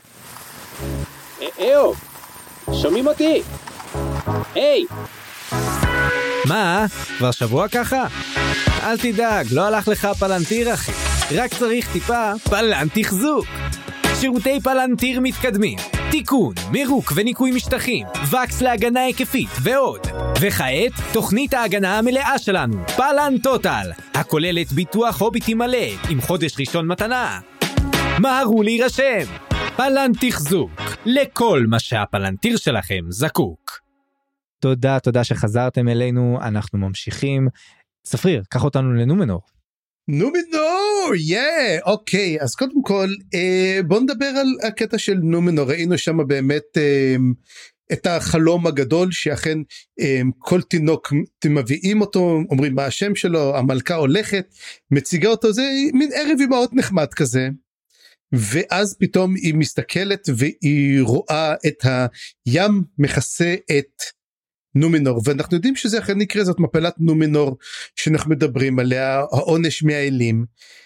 איו, שומעים אותי? היי! מה? כבר שבוע ככה? אל תדאג, לא הלך לך פלנטיר אחי. רק צריך טיפה פלנט תחזוק. שירותי פלנטיר מתקדמים. תיקון, מירוק וניקוי משטחים, וקס להגנה היקפית ועוד. וכעת, תוכנית ההגנה המלאה שלנו, פלן טוטל, הכוללת ביטוח הוביטי מלא, עם חודש ראשון מתנה. מהרו להירשם, פלן תחזוק, לכל מה שהפלנטיר שלכם זקוק. תודה, תודה שחזרתם אלינו, אנחנו ממשיכים. ספריר, קח אותנו לנומנור. נומנור, יא, אוקיי, אז קודם כל, אה, בוא נדבר על הקטע של נומנור, ראינו שם באמת אה, את החלום הגדול, שאכן אה, כל תינוק מביאים אותו, אומרים מה השם שלו, המלכה הולכת, מציגה אותו, זה מין ערב אמהות נחמד כזה, ואז פתאום היא מסתכלת, והיא רואה את הים מכסה את נומנור, ואנחנו יודעים שזה אחרי נקרא זאת מפלת נומנור שאנחנו מדברים עליה, העונש מהאלים,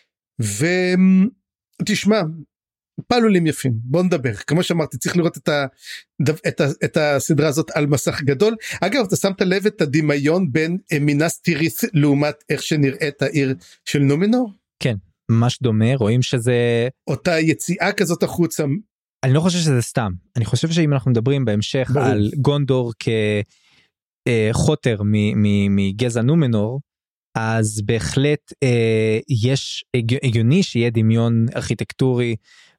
ותשמע, פעלולים יפים, בוא נדבר, כמו שאמרתי, צריך לראות את, ה, את, ה, את הסדרה הזאת על מסך גדול. אגב, אתה שמת לב את הדמיון בין מינס טיריס לעומת איך שנראית העיר של נומנור? כן, ממש דומה, רואים שזה... אותה יציאה כזאת החוצה. אני לא חושב שזה סתם, אני חושב שאם אנחנו מדברים בהמשך ברור. על גונדור כ... חוטר מגזע נומנור, אז בהחלט אה, יש הגיוני שיהיה דמיון ארכיטקטורי,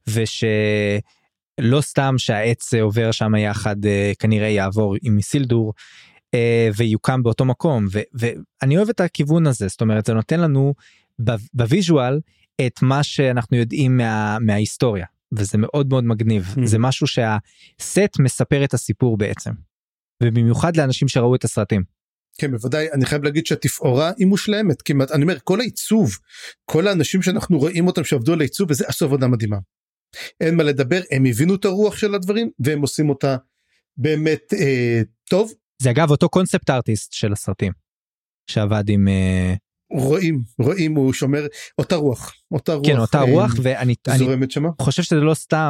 ושלא סתם שהעץ עובר שם יחד, אה, כנראה יעבור עם סילדור, אה, ויוקם באותו מקום, ו, ואני אוהב את הכיוון הזה, זאת אומרת, זה נותן לנו בוויז'ואל, את מה שאנחנו יודעים מה, מההיסטוריה, וזה מאוד מאוד מגניב, mm-hmm. זה משהו שהסט מספר את הסיפור בעצם. ובמיוחד לאנשים שראו את הסרטים. כן, בוודאי, אני חייב להגיד שהתפאורה היא מושלמת, כמעט, אני אומר, כל העיצוב, כל האנשים שאנחנו רואים אותם שעבדו על העיצוב, וזה עשו עבודה מדהימה. אין מה לדבר, הם הבינו את הרוח של הדברים, והם עושים אותה באמת אה, טוב. זה אגב אותו קונספט ארטיסט של הסרטים, שעבד עם... אה... רואים, רואים, הוא שומר אותה רוח, אותה רוח. כן, אותה רוח, ואני אני שמה? חושב שזה לא סתם,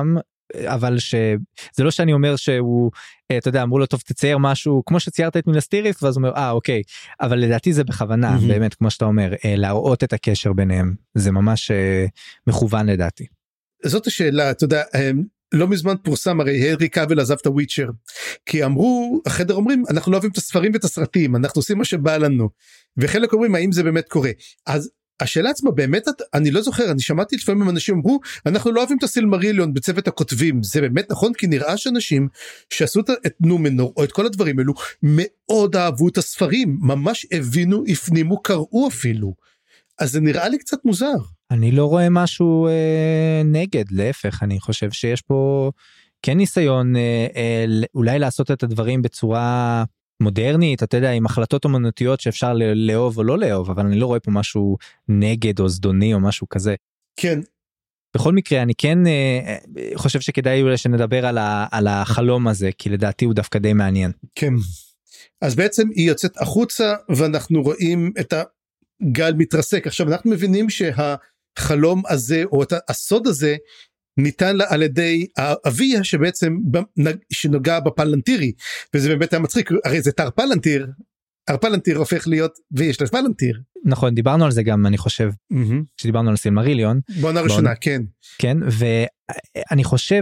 אבל שזה לא שאני אומר שהוא, אתה יודע, אמרו לו טוב תצייר משהו, כמו שציירת את מילסטיריס, ואז הוא אומר, אה אוקיי, אבל לדעתי זה בכוונה, mm-hmm. באמת, כמו שאתה אומר, להראות את הקשר ביניהם, זה ממש מכוון לדעתי. זאת השאלה, אתה יודע, לא מזמן פורסם, הרי הנרי קאבל עזב את הוויצ'ר, כי אמרו, החדר אומרים, אנחנו לא אוהבים את הספרים ואת הסרטים, אנחנו עושים מה שבא לנו, וחלק אומרים, האם זה באמת קורה? אז השאלה עצמה באמת, אני לא זוכר, אני שמעתי לפעמים אנשים אמרו, אנחנו לא אוהבים את הסילמריליון בצוות הכותבים, זה באמת נכון, כי נראה שאנשים שעשו את נומנור, או את כל הדברים האלו, מאוד אהבו את הספרים, ממש הבינו, הפנימו, קראו אפילו, אז זה נראה לי קצת מוזר. אני לא רואה משהו אה, נגד, להפך, אני חושב שיש פה כן ניסיון אה, אה, אולי לעשות את הדברים בצורה מודרנית, אתה יודע, עם החלטות אומנותיות שאפשר לאהוב או לא לאהוב, אבל אני לא רואה פה משהו נגד או זדוני או משהו כזה. כן. בכל מקרה, אני כן אה, חושב שכדאי אולי שנדבר על, ה, על החלום הזה, כי לדעתי הוא דווקא די מעניין. כן. אז בעצם היא יוצאת החוצה, ואנחנו רואים את הגל מתרסק. עכשיו, אנחנו מבינים שהחלום הזה, או את הסוד הזה, ניתן לה על ידי אביה שבעצם שנוגע בפלנטירי, וזה באמת היה מצחיק, הרי זה תר פלנטיר, הרפלנטיר הופך להיות, ויש לה פלנטיר. נכון, דיברנו על זה גם, אני חושב, כשדיברנו על סילמריליון. בעונה ראשונה, כן. כן, ואני חושב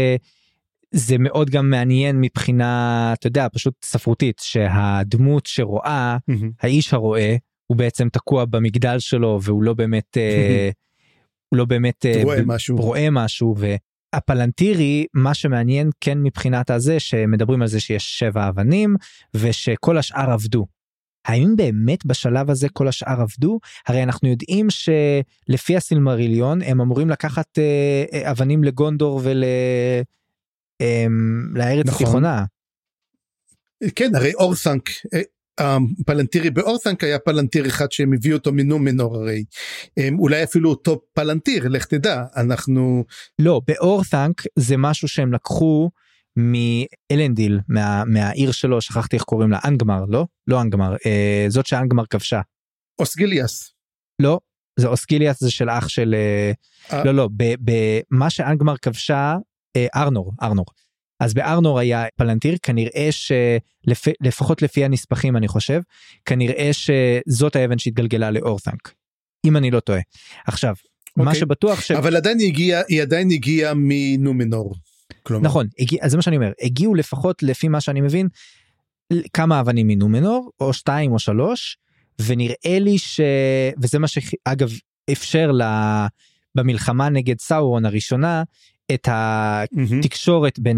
שזה מאוד גם מעניין מבחינה, אתה יודע, פשוט ספרותית, שהדמות שרואה, האיש הרואה, הוא בעצם תקוע במגדל שלו, והוא לא באמת... הוא לא באמת רואה משהו. רואה משהו, והפלנטירי, מה שמעניין כן מבחינת הזה, שמדברים על זה שיש שבע אבנים, ושכל השאר עבדו. האם באמת בשלב הזה כל השאר עבדו? הרי אנחנו יודעים שלפי הסילמריליון, הם אמורים לקחת אה, אבנים לגונדור ול... אה, לארץ נכון. התיכונה. כן, הרי אורת'אנק... הפלנטירי באורת'אנק היה פלנטיר אחד שהם הביאו אותו מנומנור הרי, אולי אפילו אותו פלנטיר, לך תדע, אנחנו... לא, באורת'אנק זה משהו שהם לקחו מאלנדיל, מה, מהעיר שלו, שכחתי איך קוראים לה, אנגמר, לא? לא אנגמר, אה, זאת שאנגמר כבשה. אוסגיליאס. לא, זה אוסגיליאס זה של אח של... אה... לא, לא, במה שאנגמר כבשה, אה, ארנור, ארנור. אז בארנור היה פלנטיר, כנראה שלפחות לפי הנספחים אני חושב, כנראה שזאת האבן שהתגלגלה לאורת'אנק, אם אני לא טועה. עכשיו, okay. מה שבטוח ש... אבל עדיין היא הגיעה, היא עדיין הגיעה מנומנור. כלומר. נכון, הגיע, אז זה מה שאני אומר, הגיעו לפחות לפי מה שאני מבין, כמה אבנים מנומנור, או שתיים או שלוש, ונראה לי ש... וזה מה שאגב אפשר לה... במלחמה נגד סאורון הראשונה, את התקשורת בין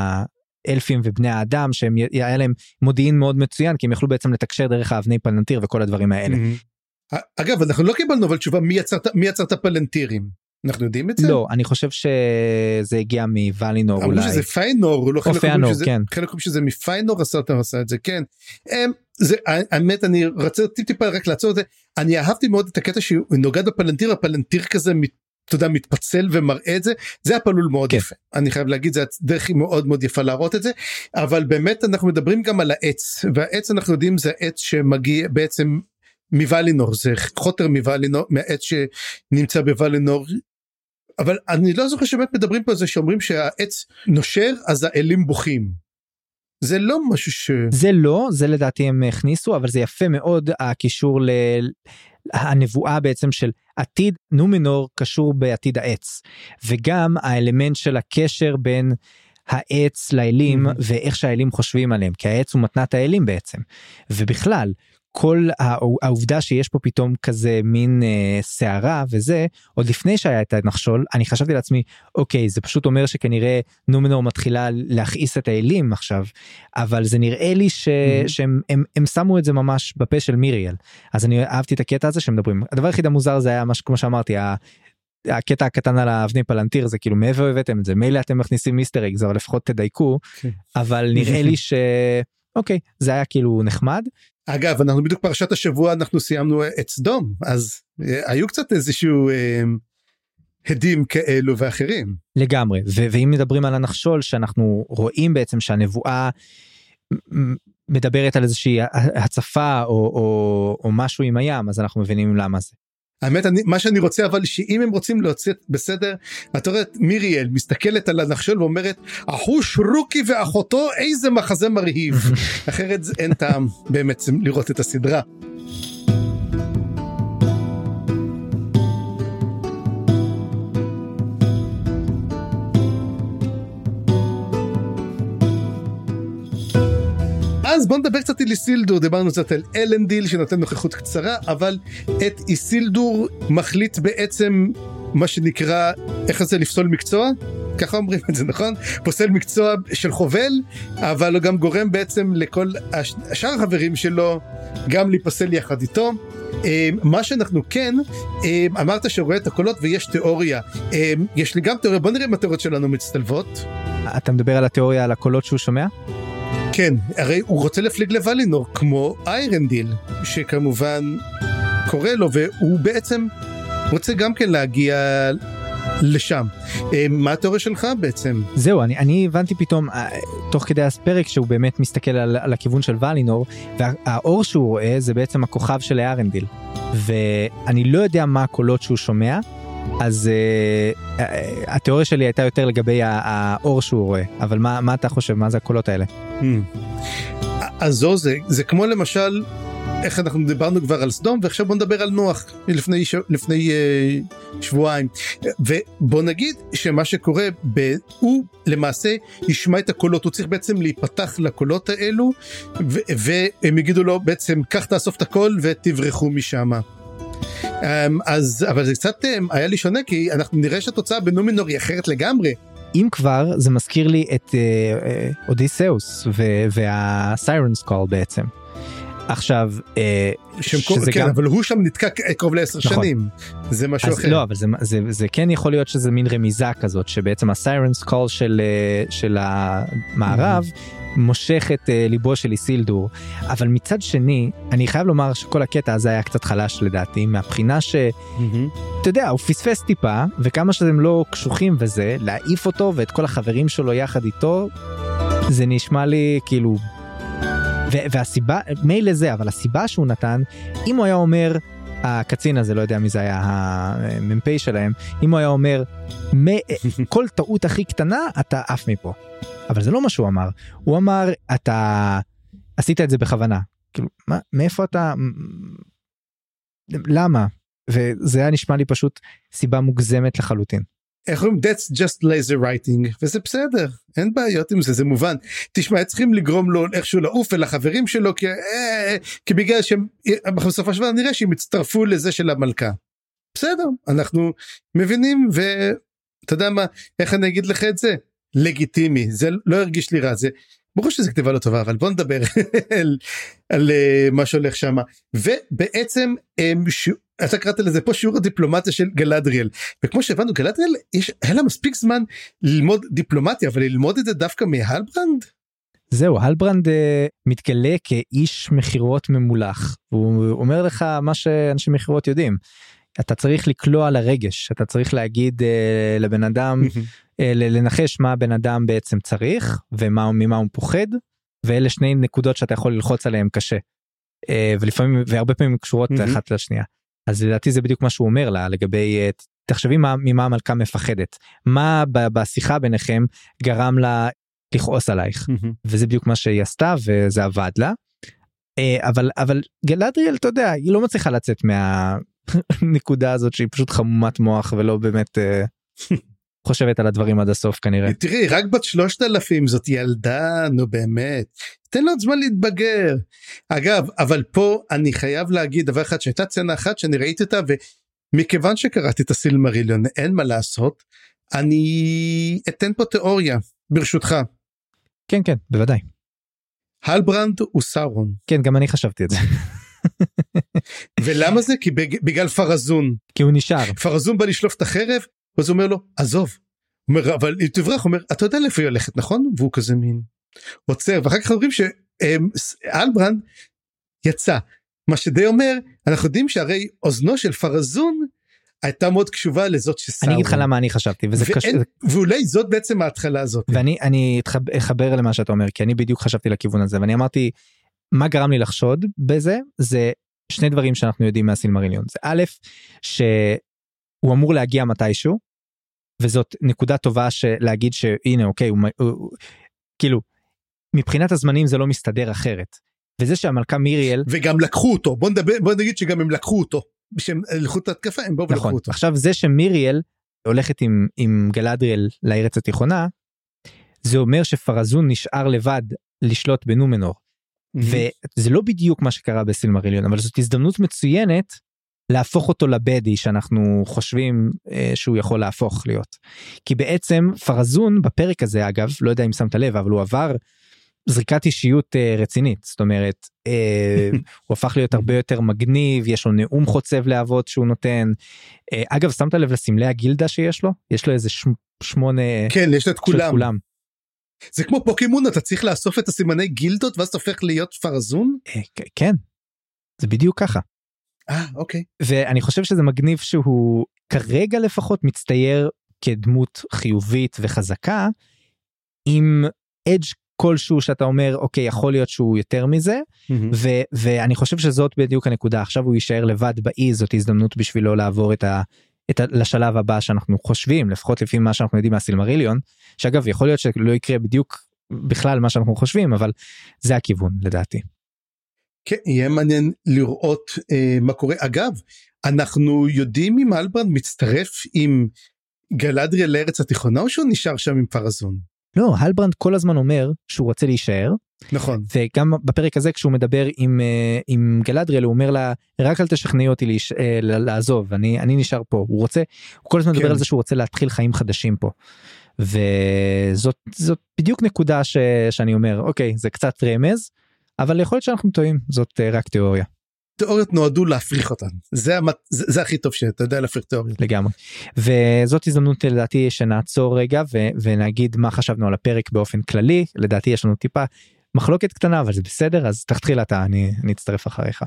האלפים ובני האדם, שהם היה להם מודיעין מאוד מצוין, כי הם יכלו בעצם לתקשר דרך האבני פלנטיר וכל הדברים האלה. אגב, אנחנו לא קיבלנו אבל תשובה, מי יצר את הפלנטירים? אנחנו יודעים את זה? לא, אני חושב שזה הגיע מוואלינור אולי. אמרו שזה פיינור, או פיינור, כן. חלק אומרים שזה מפיינור הסרטן עשה את זה, כן. זה, האמת, אני רצה טיפ טיפה רק לעצור את זה, אני אהבתי מאוד את הקטע שהוא נוגד בפלנטיר, הפלנטיר כזה אתה יודע, מתפצל ומראה את זה, זה הפלול מאוד כן. יפה, אני חייב להגיד, זה דרך מאוד מאוד יפה להראות את זה, אבל באמת אנחנו מדברים גם על העץ, והעץ אנחנו יודעים זה העץ שמגיע בעצם מוואלינור, זה חוטר מוואלינור, מהעץ שנמצא בוואלינור, אבל אני לא זוכר שבאמת מדברים פה על זה, שאומרים שהעץ נושר, אז האלים בוכים, זה לא משהו ש... זה לא, זה לדעתי הם הכניסו, אבל זה יפה מאוד, הקישור ל... הנבואה בעצם של עתיד נומנור קשור בעתיד העץ, וגם האלמנט של הקשר בין העץ לאלים, mm-hmm. ואיך שהאלים חושבים עליהם, כי העץ הוא מתנת האלים בעצם, ובכלל, כל העובדה שיש פה פתאום כזה מין אה, שערה וזה, עוד לפני שהיה את הנחשול, אני חשבתי לעצמי, אוקיי, זה פשוט אומר שכנראה נומנור מתחילה להכעיס את האלים עכשיו, אבל זה נראה לי ש, mm-hmm. שהם הם, הם שמו את זה ממש בפה של מיריאל, אז אני אהבתי את הקטע הזה שמדברים, הדבר הכי המוזר זה היה משהו כמו שאמרתי, הקטע הקטן על האבני פלנטיר, זה כאילו מאיפה הבאתם את זה, מילא אתם מכניסים מיסטר אגז, אבל לפחות תדייקו, okay. אבל נראה לי ש... אוקיי, זה היה כאילו נחמד. אגב, אנחנו בדיוק פרשת השבוע, אנחנו סיימנו את סדום, אז היו קצת איזשהו אה, הדים כאלו ואחרים. לגמרי, ו- ואם מדברים על הנחשול, שאנחנו רואים בעצם שהנבואה מדברת על איזושהי הצפה או, או, או משהו עם הים, אז אנחנו מבינים למה זה. האמת, אני, מה שאני רוצה, אבל שאם הם רוצים להוציא בסדר, את רואה, מיריאל מסתכלת על הנחשול ואומרת, אחוש רוקי ואחותו, איזה מחזה מרהיב. אחרת אין טעם באמת לראות את הסדרה. אז בוא נדבר קצת על איסילדור, דיברנו קצת על אלנדיל שנותן נוכחות קצרה, אבל את איסילדור מחליט בעצם מה שנקרא, איך זה לפסול מקצוע? ככה אומרים את זה, נכון? פוסל מקצוע של חובל, אבל הוא גם גורם בעצם לכל השאר החברים שלו גם להיפסל יחד איתו. מה שאנחנו כן, אמרת שרואה את הקולות ויש תיאוריה. יש לי גם תיאוריה, בוא נראה אם התיאוריות שלנו מצטלבות. אתה מדבר על התיאוריה על הקולות שהוא שומע? כן, הרי הוא רוצה לפליג לוולינור, כמו איירנדיל, שכמובן קורא לו, והוא בעצם רוצה גם כן להגיע לשם. מה התיאוריה שלך בעצם? זהו, אני, אני הבנתי פתאום, תוך כדי הפרק, שהוא באמת מסתכל על, על הכיוון של וולינור, והאור שהוא רואה זה בעצם הכוכב של איירנדיל. ואני לא יודע מה הקולות שהוא שומע, אז uh, uh, התיאוריה שלי הייתה יותר לגבי האור שהוא רואה, אבל מה, מה אתה חושב? מה זה הקולות האלה? Hmm. אז זו זה, זה כמו למשל, איך אנחנו דיברנו כבר על סדום, ועכשיו בוא נדבר על נוח, לפני, לפני uh, שבועיים, ובוא נגיד שמה שקורה, ב, הוא למעשה ישמע את הקולות, הוא צריך בעצם להיפתח לקולות האלו, ו, והם יגידו לו בעצם, כך תאסוף את הקול ותברחו משם. אז, אבל זה קצת היה לי שונה, כי אנחנו נראה שהתוצאה בנומנור היא אחרת לגמרי. אם כבר, זה מזכיר לי את אודיסאוס והסיירנס קול בעצם. עכשיו, שזה כן, גם... אבל הוא שם נתקע קרוב לעשר נכון. שנים, זה משהו אחר. לא, אבל זה, זה, זה כן יכול להיות שזה מין רמיזה כזאת, שבעצם הסיירנס קול של, של המערב, mm-hmm. מושך את ליבו של איסילדור, אבל מצד שני, אני חייב לומר שכל הקטע הזה היה קצת חלש לדעתי, מהבחינה ש, mm-hmm. אתה יודע, הוא פספס טיפה, וכמה שהם לא קשוחים וזה, להעיף אותו ואת כל החברים שלו יחד איתו, זה נשמע לי כאילו... והסיבה, מילא זה, אבל הסיבה שהוא נתן, אם הוא היה אומר, הקצין הזה, לא יודע מי זה היה, המ"פ שלהם, אם הוא היה אומר, כל טעות הכי קטנה, אתה עף מפה. אבל זה לא מה שהוא אמר. הוא אמר, אתה עשית את זה בכוונה. כאילו, מה, מאיפה אתה, למה? וזה היה נשמע לי פשוט סיבה מוגזמת לחלוטין. איך אומרים, that's just laser writing, וזה בסדר, אין בעיות עם זה, זה מובן. תשמע, צריכים לגרום לו איכשהו לעוף ולחברים שלו, כי, אה, כי בגלל שהם, בסופו של דבר נראה שהם הצטרפו לזה של המלכה. בסדר, אנחנו מבינים, ואתה יודע מה, איך אני אגיד לך את זה? לגיטימי, זה לא הרגיש לי רע, זה, ברור שזה כתיבה לא טובה, אבל בוא נדבר על, על uh, מה שהולך שם. ובעצם, um, ש... אתה קראת לזה פה שיעור הדיפלומטיה של גלדריאל, וכמו שהבנו, גלדריאל, יש, היה לה מספיק זמן ללמוד דיפלומטיה, אבל ללמוד את זה דווקא מהלברנד? זהו, הלברנד uh, מתגלה כאיש מחירות ממולח, הוא אומר לך מה שאנשי מחירות יודעים, אתה צריך לקלוע לרגש, אתה צריך להגיד uh, לבן אדם, uh, לנחש מה הבן אדם בעצם צריך, וממה הוא פוחד, ואלה שני נקודות שאתה יכול ללחוץ עליהם קשה, uh, ולפעמים, והרבה פעמים קשורות אחת לשנייה. אז לדעתי זה בדיוק מה שהוא אומר לה, לגבי, תחשבי מה, ממה המלכה מפחדת, מה בשיחה ביניכם גרם לה לכעוס עלייך, וזה בדיוק מה שהיא עשתה, וזה עבד לה, אבל, אבל גלדריאל, אתה יודע, היא לא מצליחה לצאת מהנקודה הזאת, שהיא פשוט חמומת מוח, ולא באמת חושבת על הדברים עד הסוף כנראה. תראי, רק בת שלושת אלפים, זאת ילדה, נו באמת, תן לו עוד זמן להתבגר. אגב, אבל פה אני חייב להגיד דבר אחד, שהייתה צנה אחת שאני ראיתי אותה, ומכיוון שקראתי את הסילמריליון, אין מה לעשות, אני אתן פה תיאוריה, ברשותך. כן, כן, בוודאי. הלברנד הוא סאורון. כן, גם אני חשבתי את זה. ולמה זה? כי בגלל פרזון. כי הוא נשאר. פרזון בא לשלוף את החרב, אז הוא אומר לו, עזוב. הוא אומר, אבל היא תברח, הוא אומר, אתה יודע לאיפה היא הולכת, נכון? והוא כזה מין עוצר, ואחר כך אומרים שאלברנד יצא. מה שדי אומר, אנחנו יודעים שהרי אוזנו של פרזון הייתה מאוד קשובה לזאת שסאורון. אני אגיד לך למה אני חשבתי, וזה קשור. ואולי זאת בעצם ההתחלה הזאת. ואני אתחבר למה שאתה אומר, כי אני בדיוק חשבתי לכיוון הזה, ואני אמרתי, מה גרם לי לחשוד בזה? זה שני דברים שאנחנו יודעים מהסילמריליון, זה א', שהוא אמור להגיע מתישהו, וזאת נקודה טובה להגיד שהנה אוקיי, הוא, הוא, הוא, כאילו, מבחינת הזמנים זה לא מסתדר אחרת, וזה שהמלכה מיריאל... וגם לקחו אותו, בוא נדבר, בוא נגיד שגם הם לקחו אותו, שהם לקחו את התקפה, הם באו ולקחו נכון, אותו. עכשיו זה שמיריאל הולכת עם, עם גלדריאל לארץ התיכונה, זה אומר שפרזון נשאר לבד לשלוט בנומנור, mm-hmm. וזה לא בדיוק מה שקרה בסילמריליון, אבל זאת הזדמנות מצוינת, להפוך אותו לבדי שאנחנו חושבים אה, שהוא יכול להפוך להיות. כי בעצם פרזון בפרק הזה אגב, לא יודע אם שמת לב, אבל הוא עבר זריקת אישיות אה, רצינית, זאת אומרת, אה, הוא הפך להיות הרבה יותר מגניב, יש לו נאום חוצב להבות שהוא נותן, אה, אגב שמת לב לסמלי הגילדה שיש לו? יש לו איזה ש... שמונה... כן, יש לו את כולם. כולם. זה כמו פוקימון, אתה צריך לאסוף את הסימני גילדות, ואז אתה הופך להיות פרזון? אה, כן, זה בדיוק ככה. אה, אוקיי. ואני חושב שזה מגניב שהוא כרגע לפחות מצטייר כדמות חיובית וחזקה, עם אדג' כלשהו שאתה אומר, אוקיי, יכול להיות שהוא יותר מזה, mm-hmm. ו- ואני חושב שזאת בדיוק הנקודה, עכשיו הוא יישאר לבד באי, זאת הזדמנות בשבילו לעבור את ה... את ה... לשלב הבא שאנחנו חושבים, לפחות לפי מה שאנחנו יודעים מהסילמריליון, שאגב יכול להיות שלא יקרה בדיוק בכלל מה שאנחנו חושבים, אבל זה הכיוון לדעתי. כן, יהיה מעניין לראות אה, מה קורה. אגב, אנחנו יודעים אם אלברנד מצטרף עם גלדריאל לארץ התיכונה, או שהוא נשאר שם עם פרזון? לא, אלברנד כל הזמן אומר שהוא רוצה להישאר. נכון. וגם בפרק הזה כשהוא מדבר עם, עם גלדריאל, הוא אומר לה, רק אל תשכנעי אותי להיש... לעזוב, אני, אני נשאר פה. הוא רוצה, הוא כל הזמן כן. מדבר על זה שהוא רוצה להתחיל חיים חדשים פה. וזאת זאת בדיוק נקודה ש, שאני אומר, אוקיי, זה קצת רמז, אבל יכול להיות שאנחנו טועים, זאת רק תיאוריה. תיאוריות נועדו להפריך אותן, זה, זה, זה הכי טוב שאתה יודע להפריך תיאוריות. לגמרי, וזאת הזדמנות לדעתי שנעצור רגע ו, ונגיד מה חשבנו על הפרק באופן כללי, לדעתי יש לנו טיפה מחלוקת קטנה, אבל זה בסדר, אז תתחיל אתה, אני, אני אצטרף אחריך.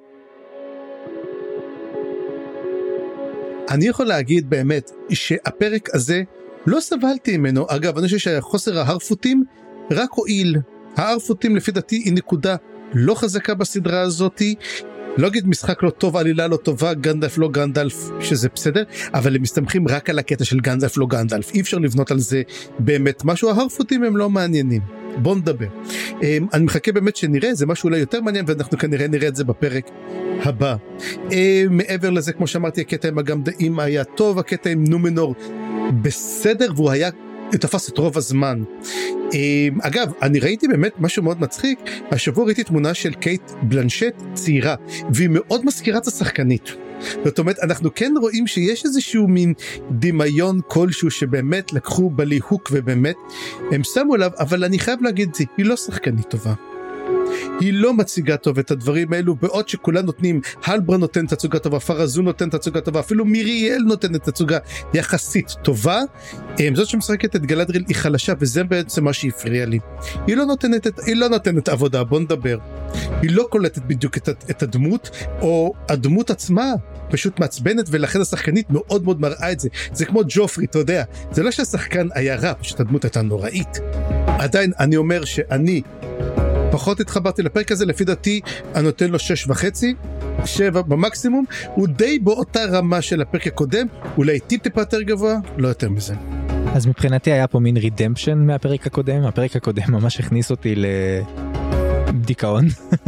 אני יכול להגיד באמת שהפרק הזה לא סבלתי ממנו, אגב אני חושב שחוסר ההרפותים רק הועיל, ההרפותים לפי דעתי היא נקודה לא חזקה בסדרה הזאת, לא אגיד משחק לא טוב, עלילה לא טובה, גנדלף לא גנדלף, שזה בסדר, אבל הם מסתמכים רק על הקטע של גנדלף לא גנדלף, אי אפשר לבנות על זה באמת משהו, ההרפותים הם לא מעניינים, בוא נדבר. אני מחכה באמת שנראה, זה משהו אולי יותר מעניין, ואנחנו כנראה נראה את זה בפרק הבא. מעבר לזה, כמו שאמרתי, הקטע עם הגמדאים היה טוב, הקטע עם נומנור בסדר, והוא היה... תפס את רוב הזמן. אגב, אני ראיתי באמת משהו מאוד מצחיק, השבוע ראיתי תמונה של קייט בלנשט צעירה, והיא מאוד מזכירה את השחקנית. זאת אומרת, אנחנו כן רואים שיש איזשהו מין דמיון כלשהו שבאמת לקחו בליהוק ובאמת הם שמו עליו, אבל אני חייב להגיד זה, היא לא שחקנית טובה. היא לא מציגה טוב את הדברים האלו, בעוד שכולם נותנים, הלברנד נותן את הצוגה טובה, פרזון נותן את הצוגה טובה, אפילו מיריאל נותן את הצוגה יחסית טובה, זאת שמשחקת את גלדריאל היא חלשה, וזה בעצם מה שהפריע לי. היא לא נותנת, את, היא לא נותנת עבודה, בוא נדבר. היא לא קולטת בדיוק את, את הדמות, או הדמות עצמה פשוט מעצבנת, ולכן השחקנית מאוד מאוד מראה את זה. זה כמו ג'ופרי, אתה יודע, זה לא שהשחקן היה רע, פשוט הדמות הייתה נוראית. עדיין אני אומר שאני פחות התחברתי לפרק הזה, לפי דעתי אני נותן לו שש וחצי, שבע במקסימום, הוא די באותה רמה של הפרק הקודם, אולי טיפ טיפה יותר גבוה, לא יותר מזה. אז מבחינתי היה פה מין רידמפשן מהפרק הקודם, הפרק הקודם ממש הכניס אותי לדיכאון,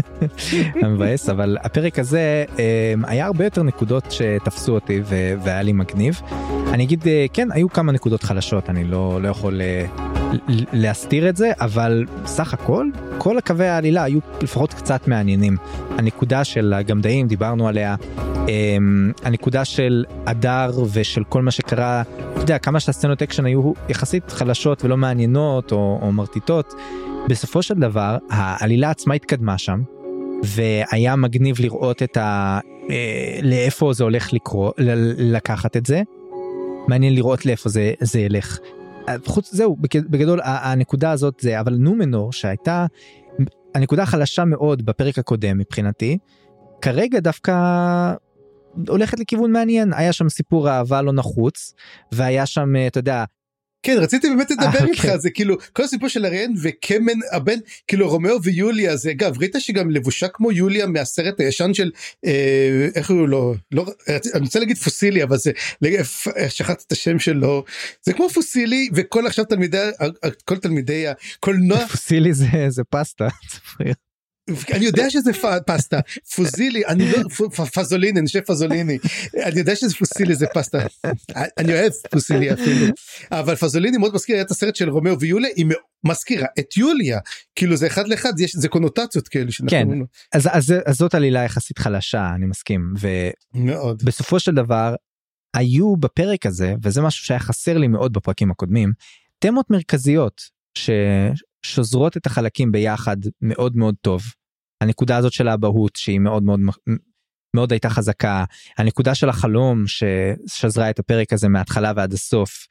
מבאס, אבל הפרק הזה היה הרבה יותר נקודות שתפסו אותי והיה לי מגניב. אני אגיד, כן, היו כמה נקודות חלשות, אני לא, לא יכול להסתיר את זה, אבל סך הכל, כל הקווי העלילה היו לפחות קצת מעניינים. הנקודה של הגמדאים, דיברנו עליה, הנקודה של אדר ושל כל מה שקרה, אתה יודע, כמה שהסצנות אקשן היו יחסית חלשות ולא מעניינות או, או מרטיטות, בסופו של דבר, העלילה עצמה התקדמה שם, והיה מגניב לראות את ה... לאיפה זה הולך לקרוא, לקחת את זה, מעניין לראות לאיפה זה, זה ילך. חוץ, זהו, בגדול, הנקודה הזאת זה, אבל נומנור, שהייתה הנקודה חלשה מאוד בפרק הקודם מבחינתי, כרגע דווקא הולכת לכיוון מעניין, היה שם סיפור אהבה לא נחוץ, והיה שם, אתה יודע, כן, רציתי באמת לדבר איתך, זה כאילו, כל הסיפור של אריאן וקמן, הבן, כאילו רומאו ויוליה, זה אגב, ראית שגם לבושה כמו יוליה מהסרט הישן של, איך הוא לא, אני רוצה להגיד פוסילי, אבל זה, שכחתי את השם שלו, זה כמו פוסילי, וכל עכשיו תלמידי, כל תלמידי הקולנוע. פוסילי זה פסטה, אני יודע שזה פסטה, פוזילי, אני לא, פזוליני, אני חושב פזוליני, אני יודע שזה פוסילי, זה פסטה, אני אוהב פוסילי אפילו, אבל פזוליני מאוד מזכיר את הסרט של רומאו ויוליה, היא מזכירה את יוליה, כאילו זה אחד לאחד, זה קונוטציות כאלה. כן, אז זאת עלילה יחסית חלשה, אני מסכים, ובסופו של דבר, היו בפרק הזה, וזה משהו שהיה חסר לי מאוד בפרקים הקודמים, תמות מרכזיות, ש... שוזרות את החלקים ביחד מאוד מאוד טוב. הנקודה הזאת של האבהות שהיא מאוד מאוד מאוד הייתה חזקה, הנקודה של החלום ששזרה את הפרק הזה מההתחלה ועד הסוף,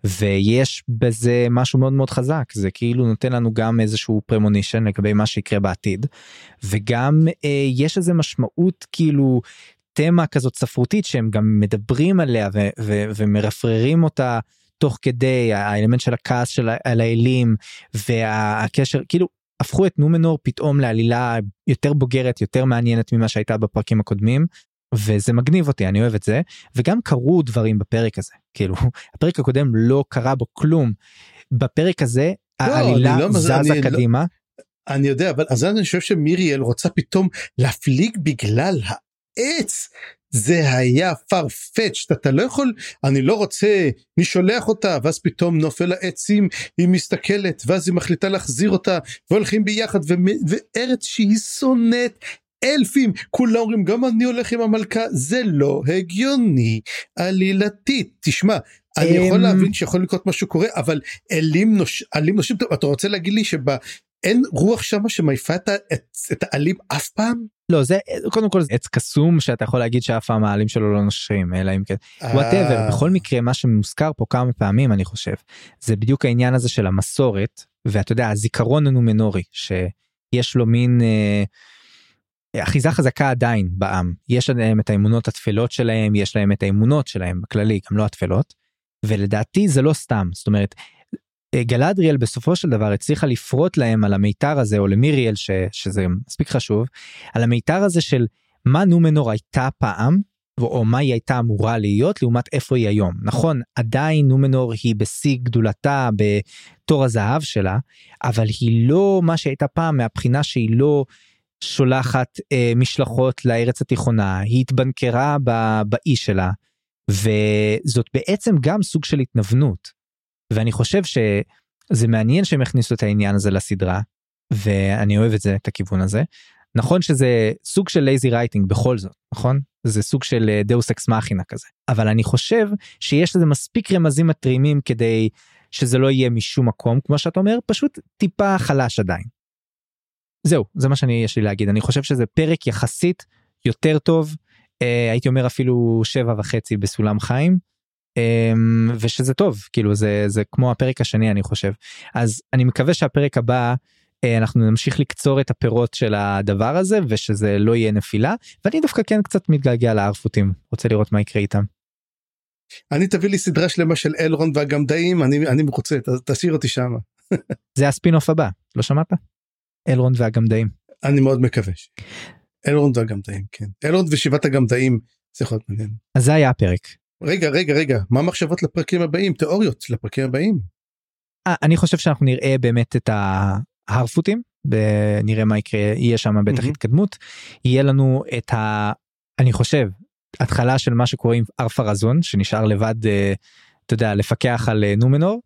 ויש בזה משהו מאוד מאוד חזק, זה כאילו נותן לנו גם איזשהו פרמונישן לגבי מה שיקרה בעתיד, וגם אה, יש איזה משמעות כאילו תמה כזאת ספרותית שהם גם מדברים עליה ו- ו- ומרפררים אותה, תוך כדי האלמנט של הכעס של האלים והקשר, כאילו הפכו את נומנור פתאום לעלילה יותר בוגרת, יותר מעניינת ממה שהייתה בפרקים הקודמים, וזה מגניב אותי, אני אוהב את זה, וגם קרו דברים בפרק הזה, כאילו הפרק הקודם לא קרה בו כלום, בפרק הזה לא, העלילה לא, זזה אני קדימה. לא, אני יודע, אבל אז אני חושב שמיריאל רוצה פתאום להפליג בגלל העץ, זה היה farfetched, אתה לא יכול, אני לא רוצה, מי שולח אותה, ואז פתאום נופל העצים, היא מסתכלת, ואז היא מחליטה להחזיר אותה, והולכים ביחד, ו- וארץ שהיא שונאת אלפים, כולם אומרים, גם אני הולך עם המלכה, זה לא הגיוני, עלילתית, תשמע, אני יכול להבין שיכול לקרות משהו קורה, אבל אלים נוש, אלים נושים, אתה רוצה להגיד לי שבה, אין רוח שמה שמעיפה את, את, את העלים אף פעם? לא, זה, קודם כל, זה עץ קסום שאתה יכול להגיד שאף פעם העלים שלו לא נושרים, אלא אם כן, whatever, בכל מקרה, מה שמוזכר פה כמה פעמים, אני חושב, זה בדיוק העניין הזה של המסורת, ואתה יודע, הזיכרון הנומנורי, שיש לו מין אה, אחיזה חזקה עדיין בעם, יש להם את האמונות התפלות שלהם, יש להם את האמונות שלהם בכללי, גם לא התפלות, ולדעתי זה לא סתם, זאת אומרת, גלדריאל בסופו של דבר הצליחה לפרוט להם על המיתר הזה, או למיריאל ש, שזה מספיק חשוב, על המיתר הזה של מה נומנור הייתה פעם, או מה היא הייתה אמורה להיות, לעומת איפה היא היום. נכון, עדיין נומנור היא בשיא גדולתה, בתור הזהב שלה, אבל היא לא מה שהייתה פעם, מהבחינה שהיא לא שולחת אה, משלחות לארץ התיכונה, היא התבנקרה באי שלה, וזאת בעצם גם סוג של התנוונות, ואני חושב שזה מעניין שהם הכניסו את העניין הזה לסדרה, ואני אוהב את זה, את הכיוון הזה. נכון שזה סוג של lazy writing בכל זאת, נכון? זה סוג של דאוס אקס מאכינה כזה. אבל אני חושב שיש לזה מספיק רמזים מטרימים כדי שזה לא יהיה משום מקום, כמו שאתה אומר, פשוט טיפה חלש עדיין. זהו, זה מה שאני יש לי להגיד. אני חושב שזה פרק יחסית יותר טוב, אה, הייתי אומר אפילו שבע וחצי בסולם חיים, ושזה טוב, כאילו זה, זה כמו הפרק השני אני חושב. אז אני מקווה שהפרק הבא אנחנו נמשיך לקצור את הפירות של הדבר הזה, ושזה לא יהיה נפילה, ואני דווקא כן קצת מתגעגע לערפותים, רוצה לראות מה יקרה איתם. אני תביא לי סדרה שלמה של אלרון והגמדאים, אני, אני רוצה, תשאיר אותי שם. זה הספינוף הבא, לא שמעת? אלרון והגמדאים. אני מאוד מקווה. אלרון והגמדאים, כן. אלרון ושבעת הגמדאים, זה יכול להיות מעניין. אז זה היה הפרק. רגע, רגע, רגע, מה המחשבות לפרקים הבאים? תיאוריות לפרקים הבאים? 아, אני חושב שאנחנו נראה באמת את ההרפותים, נראה מה יקרה, יהיה שם בטח התקדמות, יהיה לנו את ה... אני חושב, התחלה של מה שקורה עם ארפרזון, שנשאר לבד, אתה יודע, לפקח על נומנור,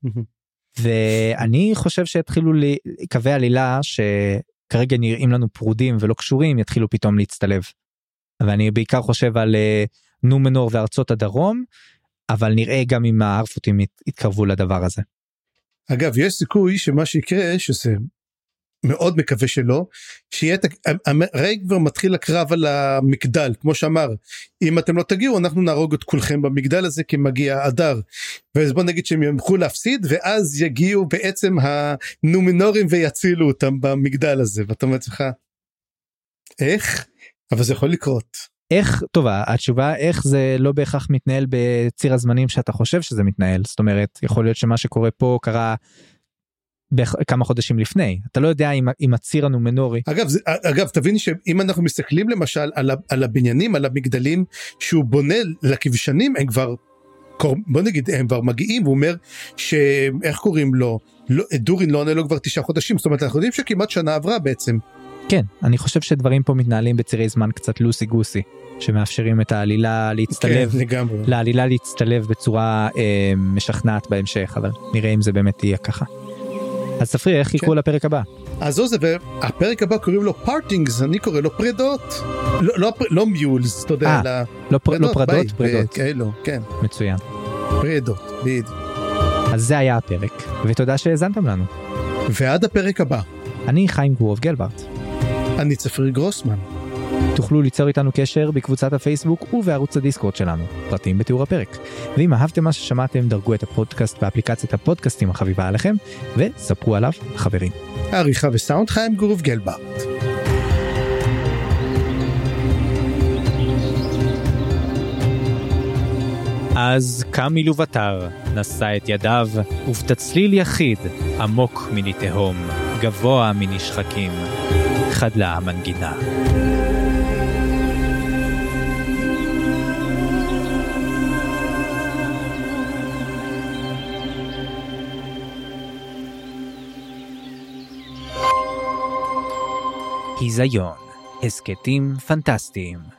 ואני חושב שהתחילו קווי עלילה, שכרגע נראים לנו פרודים ולא קשורים, יתחילו פתאום להצטלב. ואני בעיקר חושב על... נומנור וארצות הדרום, אבל נראה גם אם הארפותים יתקרבו לדבר הזה. אגב, יש סיכוי שמה שיקרה, שזה מאוד מקווה שלא, שיהיה, הרי כבר מתחיל הקרב על המגדל, כמו שאמר, אם אתם לא תגיעו, אנחנו נהרוג את כולכם במגדל הזה, כי מגיע אדר, ואז בוא נגיד שהם ימחו להפסיד, ואז יגיעו בעצם הנומנורים ויצילו אותם במגדל הזה, ואתה אומר לך, איך? אבל זה יכול לקרות. איך, טוב, התשובה איך זה לא בהכרח מתנהל בציר הזמנים שאתה חושב שזה מתנהל, זאת אומרת, יכול להיות שמה שקורה פה קרה כמה חודשים לפני, אתה לא יודע אם, אם הציר הנומנורי. אגב, זה, אגב, תביני שאם אנחנו מסתכלים למשל על, על הבניינים, על המגדלים שהוא בונה לכבשנים, הם כבר, בוא נגיד, הם כבר מגיעים, והוא אומר שאיך קוראים לו, לא, דורין לא עונה לו כבר תשעה חודשים, זאת אומרת, אנחנו יודעים שכמעט שנה עברה בעצם. כן, אני חושב שדברים פה מתנהלים בצירי זמן קצת לוסי גוסי, שמאפשרים את העלילה להצטלב, כן, לגמרי. לעלילה להצטלב בצורה אה, משכנעת בהמשך, אבל נראה אם זה באמת יהיה ככה. אז ספרי, איך יקראו לפרק הבא? אז זו זה, והפרק הבא קוראים לו פארטינגס, אני קורא לו פרדות. לא, לא, לא מיולס, אתה יודע, אה, לא פרדות, פרדות. כאלו, כן. מצוין. פרדות, ביד. אז זה היה הפרק, ותודה שהאזנתם לנו. ועד הפרק הבא. אני חיים גורוב גלברט. אני צפריר גרוסמן. תוכלו ליצור איתנו קשר בקבוצת הפייסבוק ובערוץ הדיסקורד שלנו, פרטים בתיאור הפרק. ואם אהבתם מה ששמעתם, דרגו את הפודקאסט באפליקציית הפודקאסטים החביבה עליכם, וספרו עליו לחברים. העריכה וסאונד חיים גורוב גלברט. אז קם מלובטר, נשא את ידיו, ובתצליל יחיד, עמוק מני תהום, גבוה מני שחקים, חדלה המנגינה. היזיון, הסקטים פנטסטיים.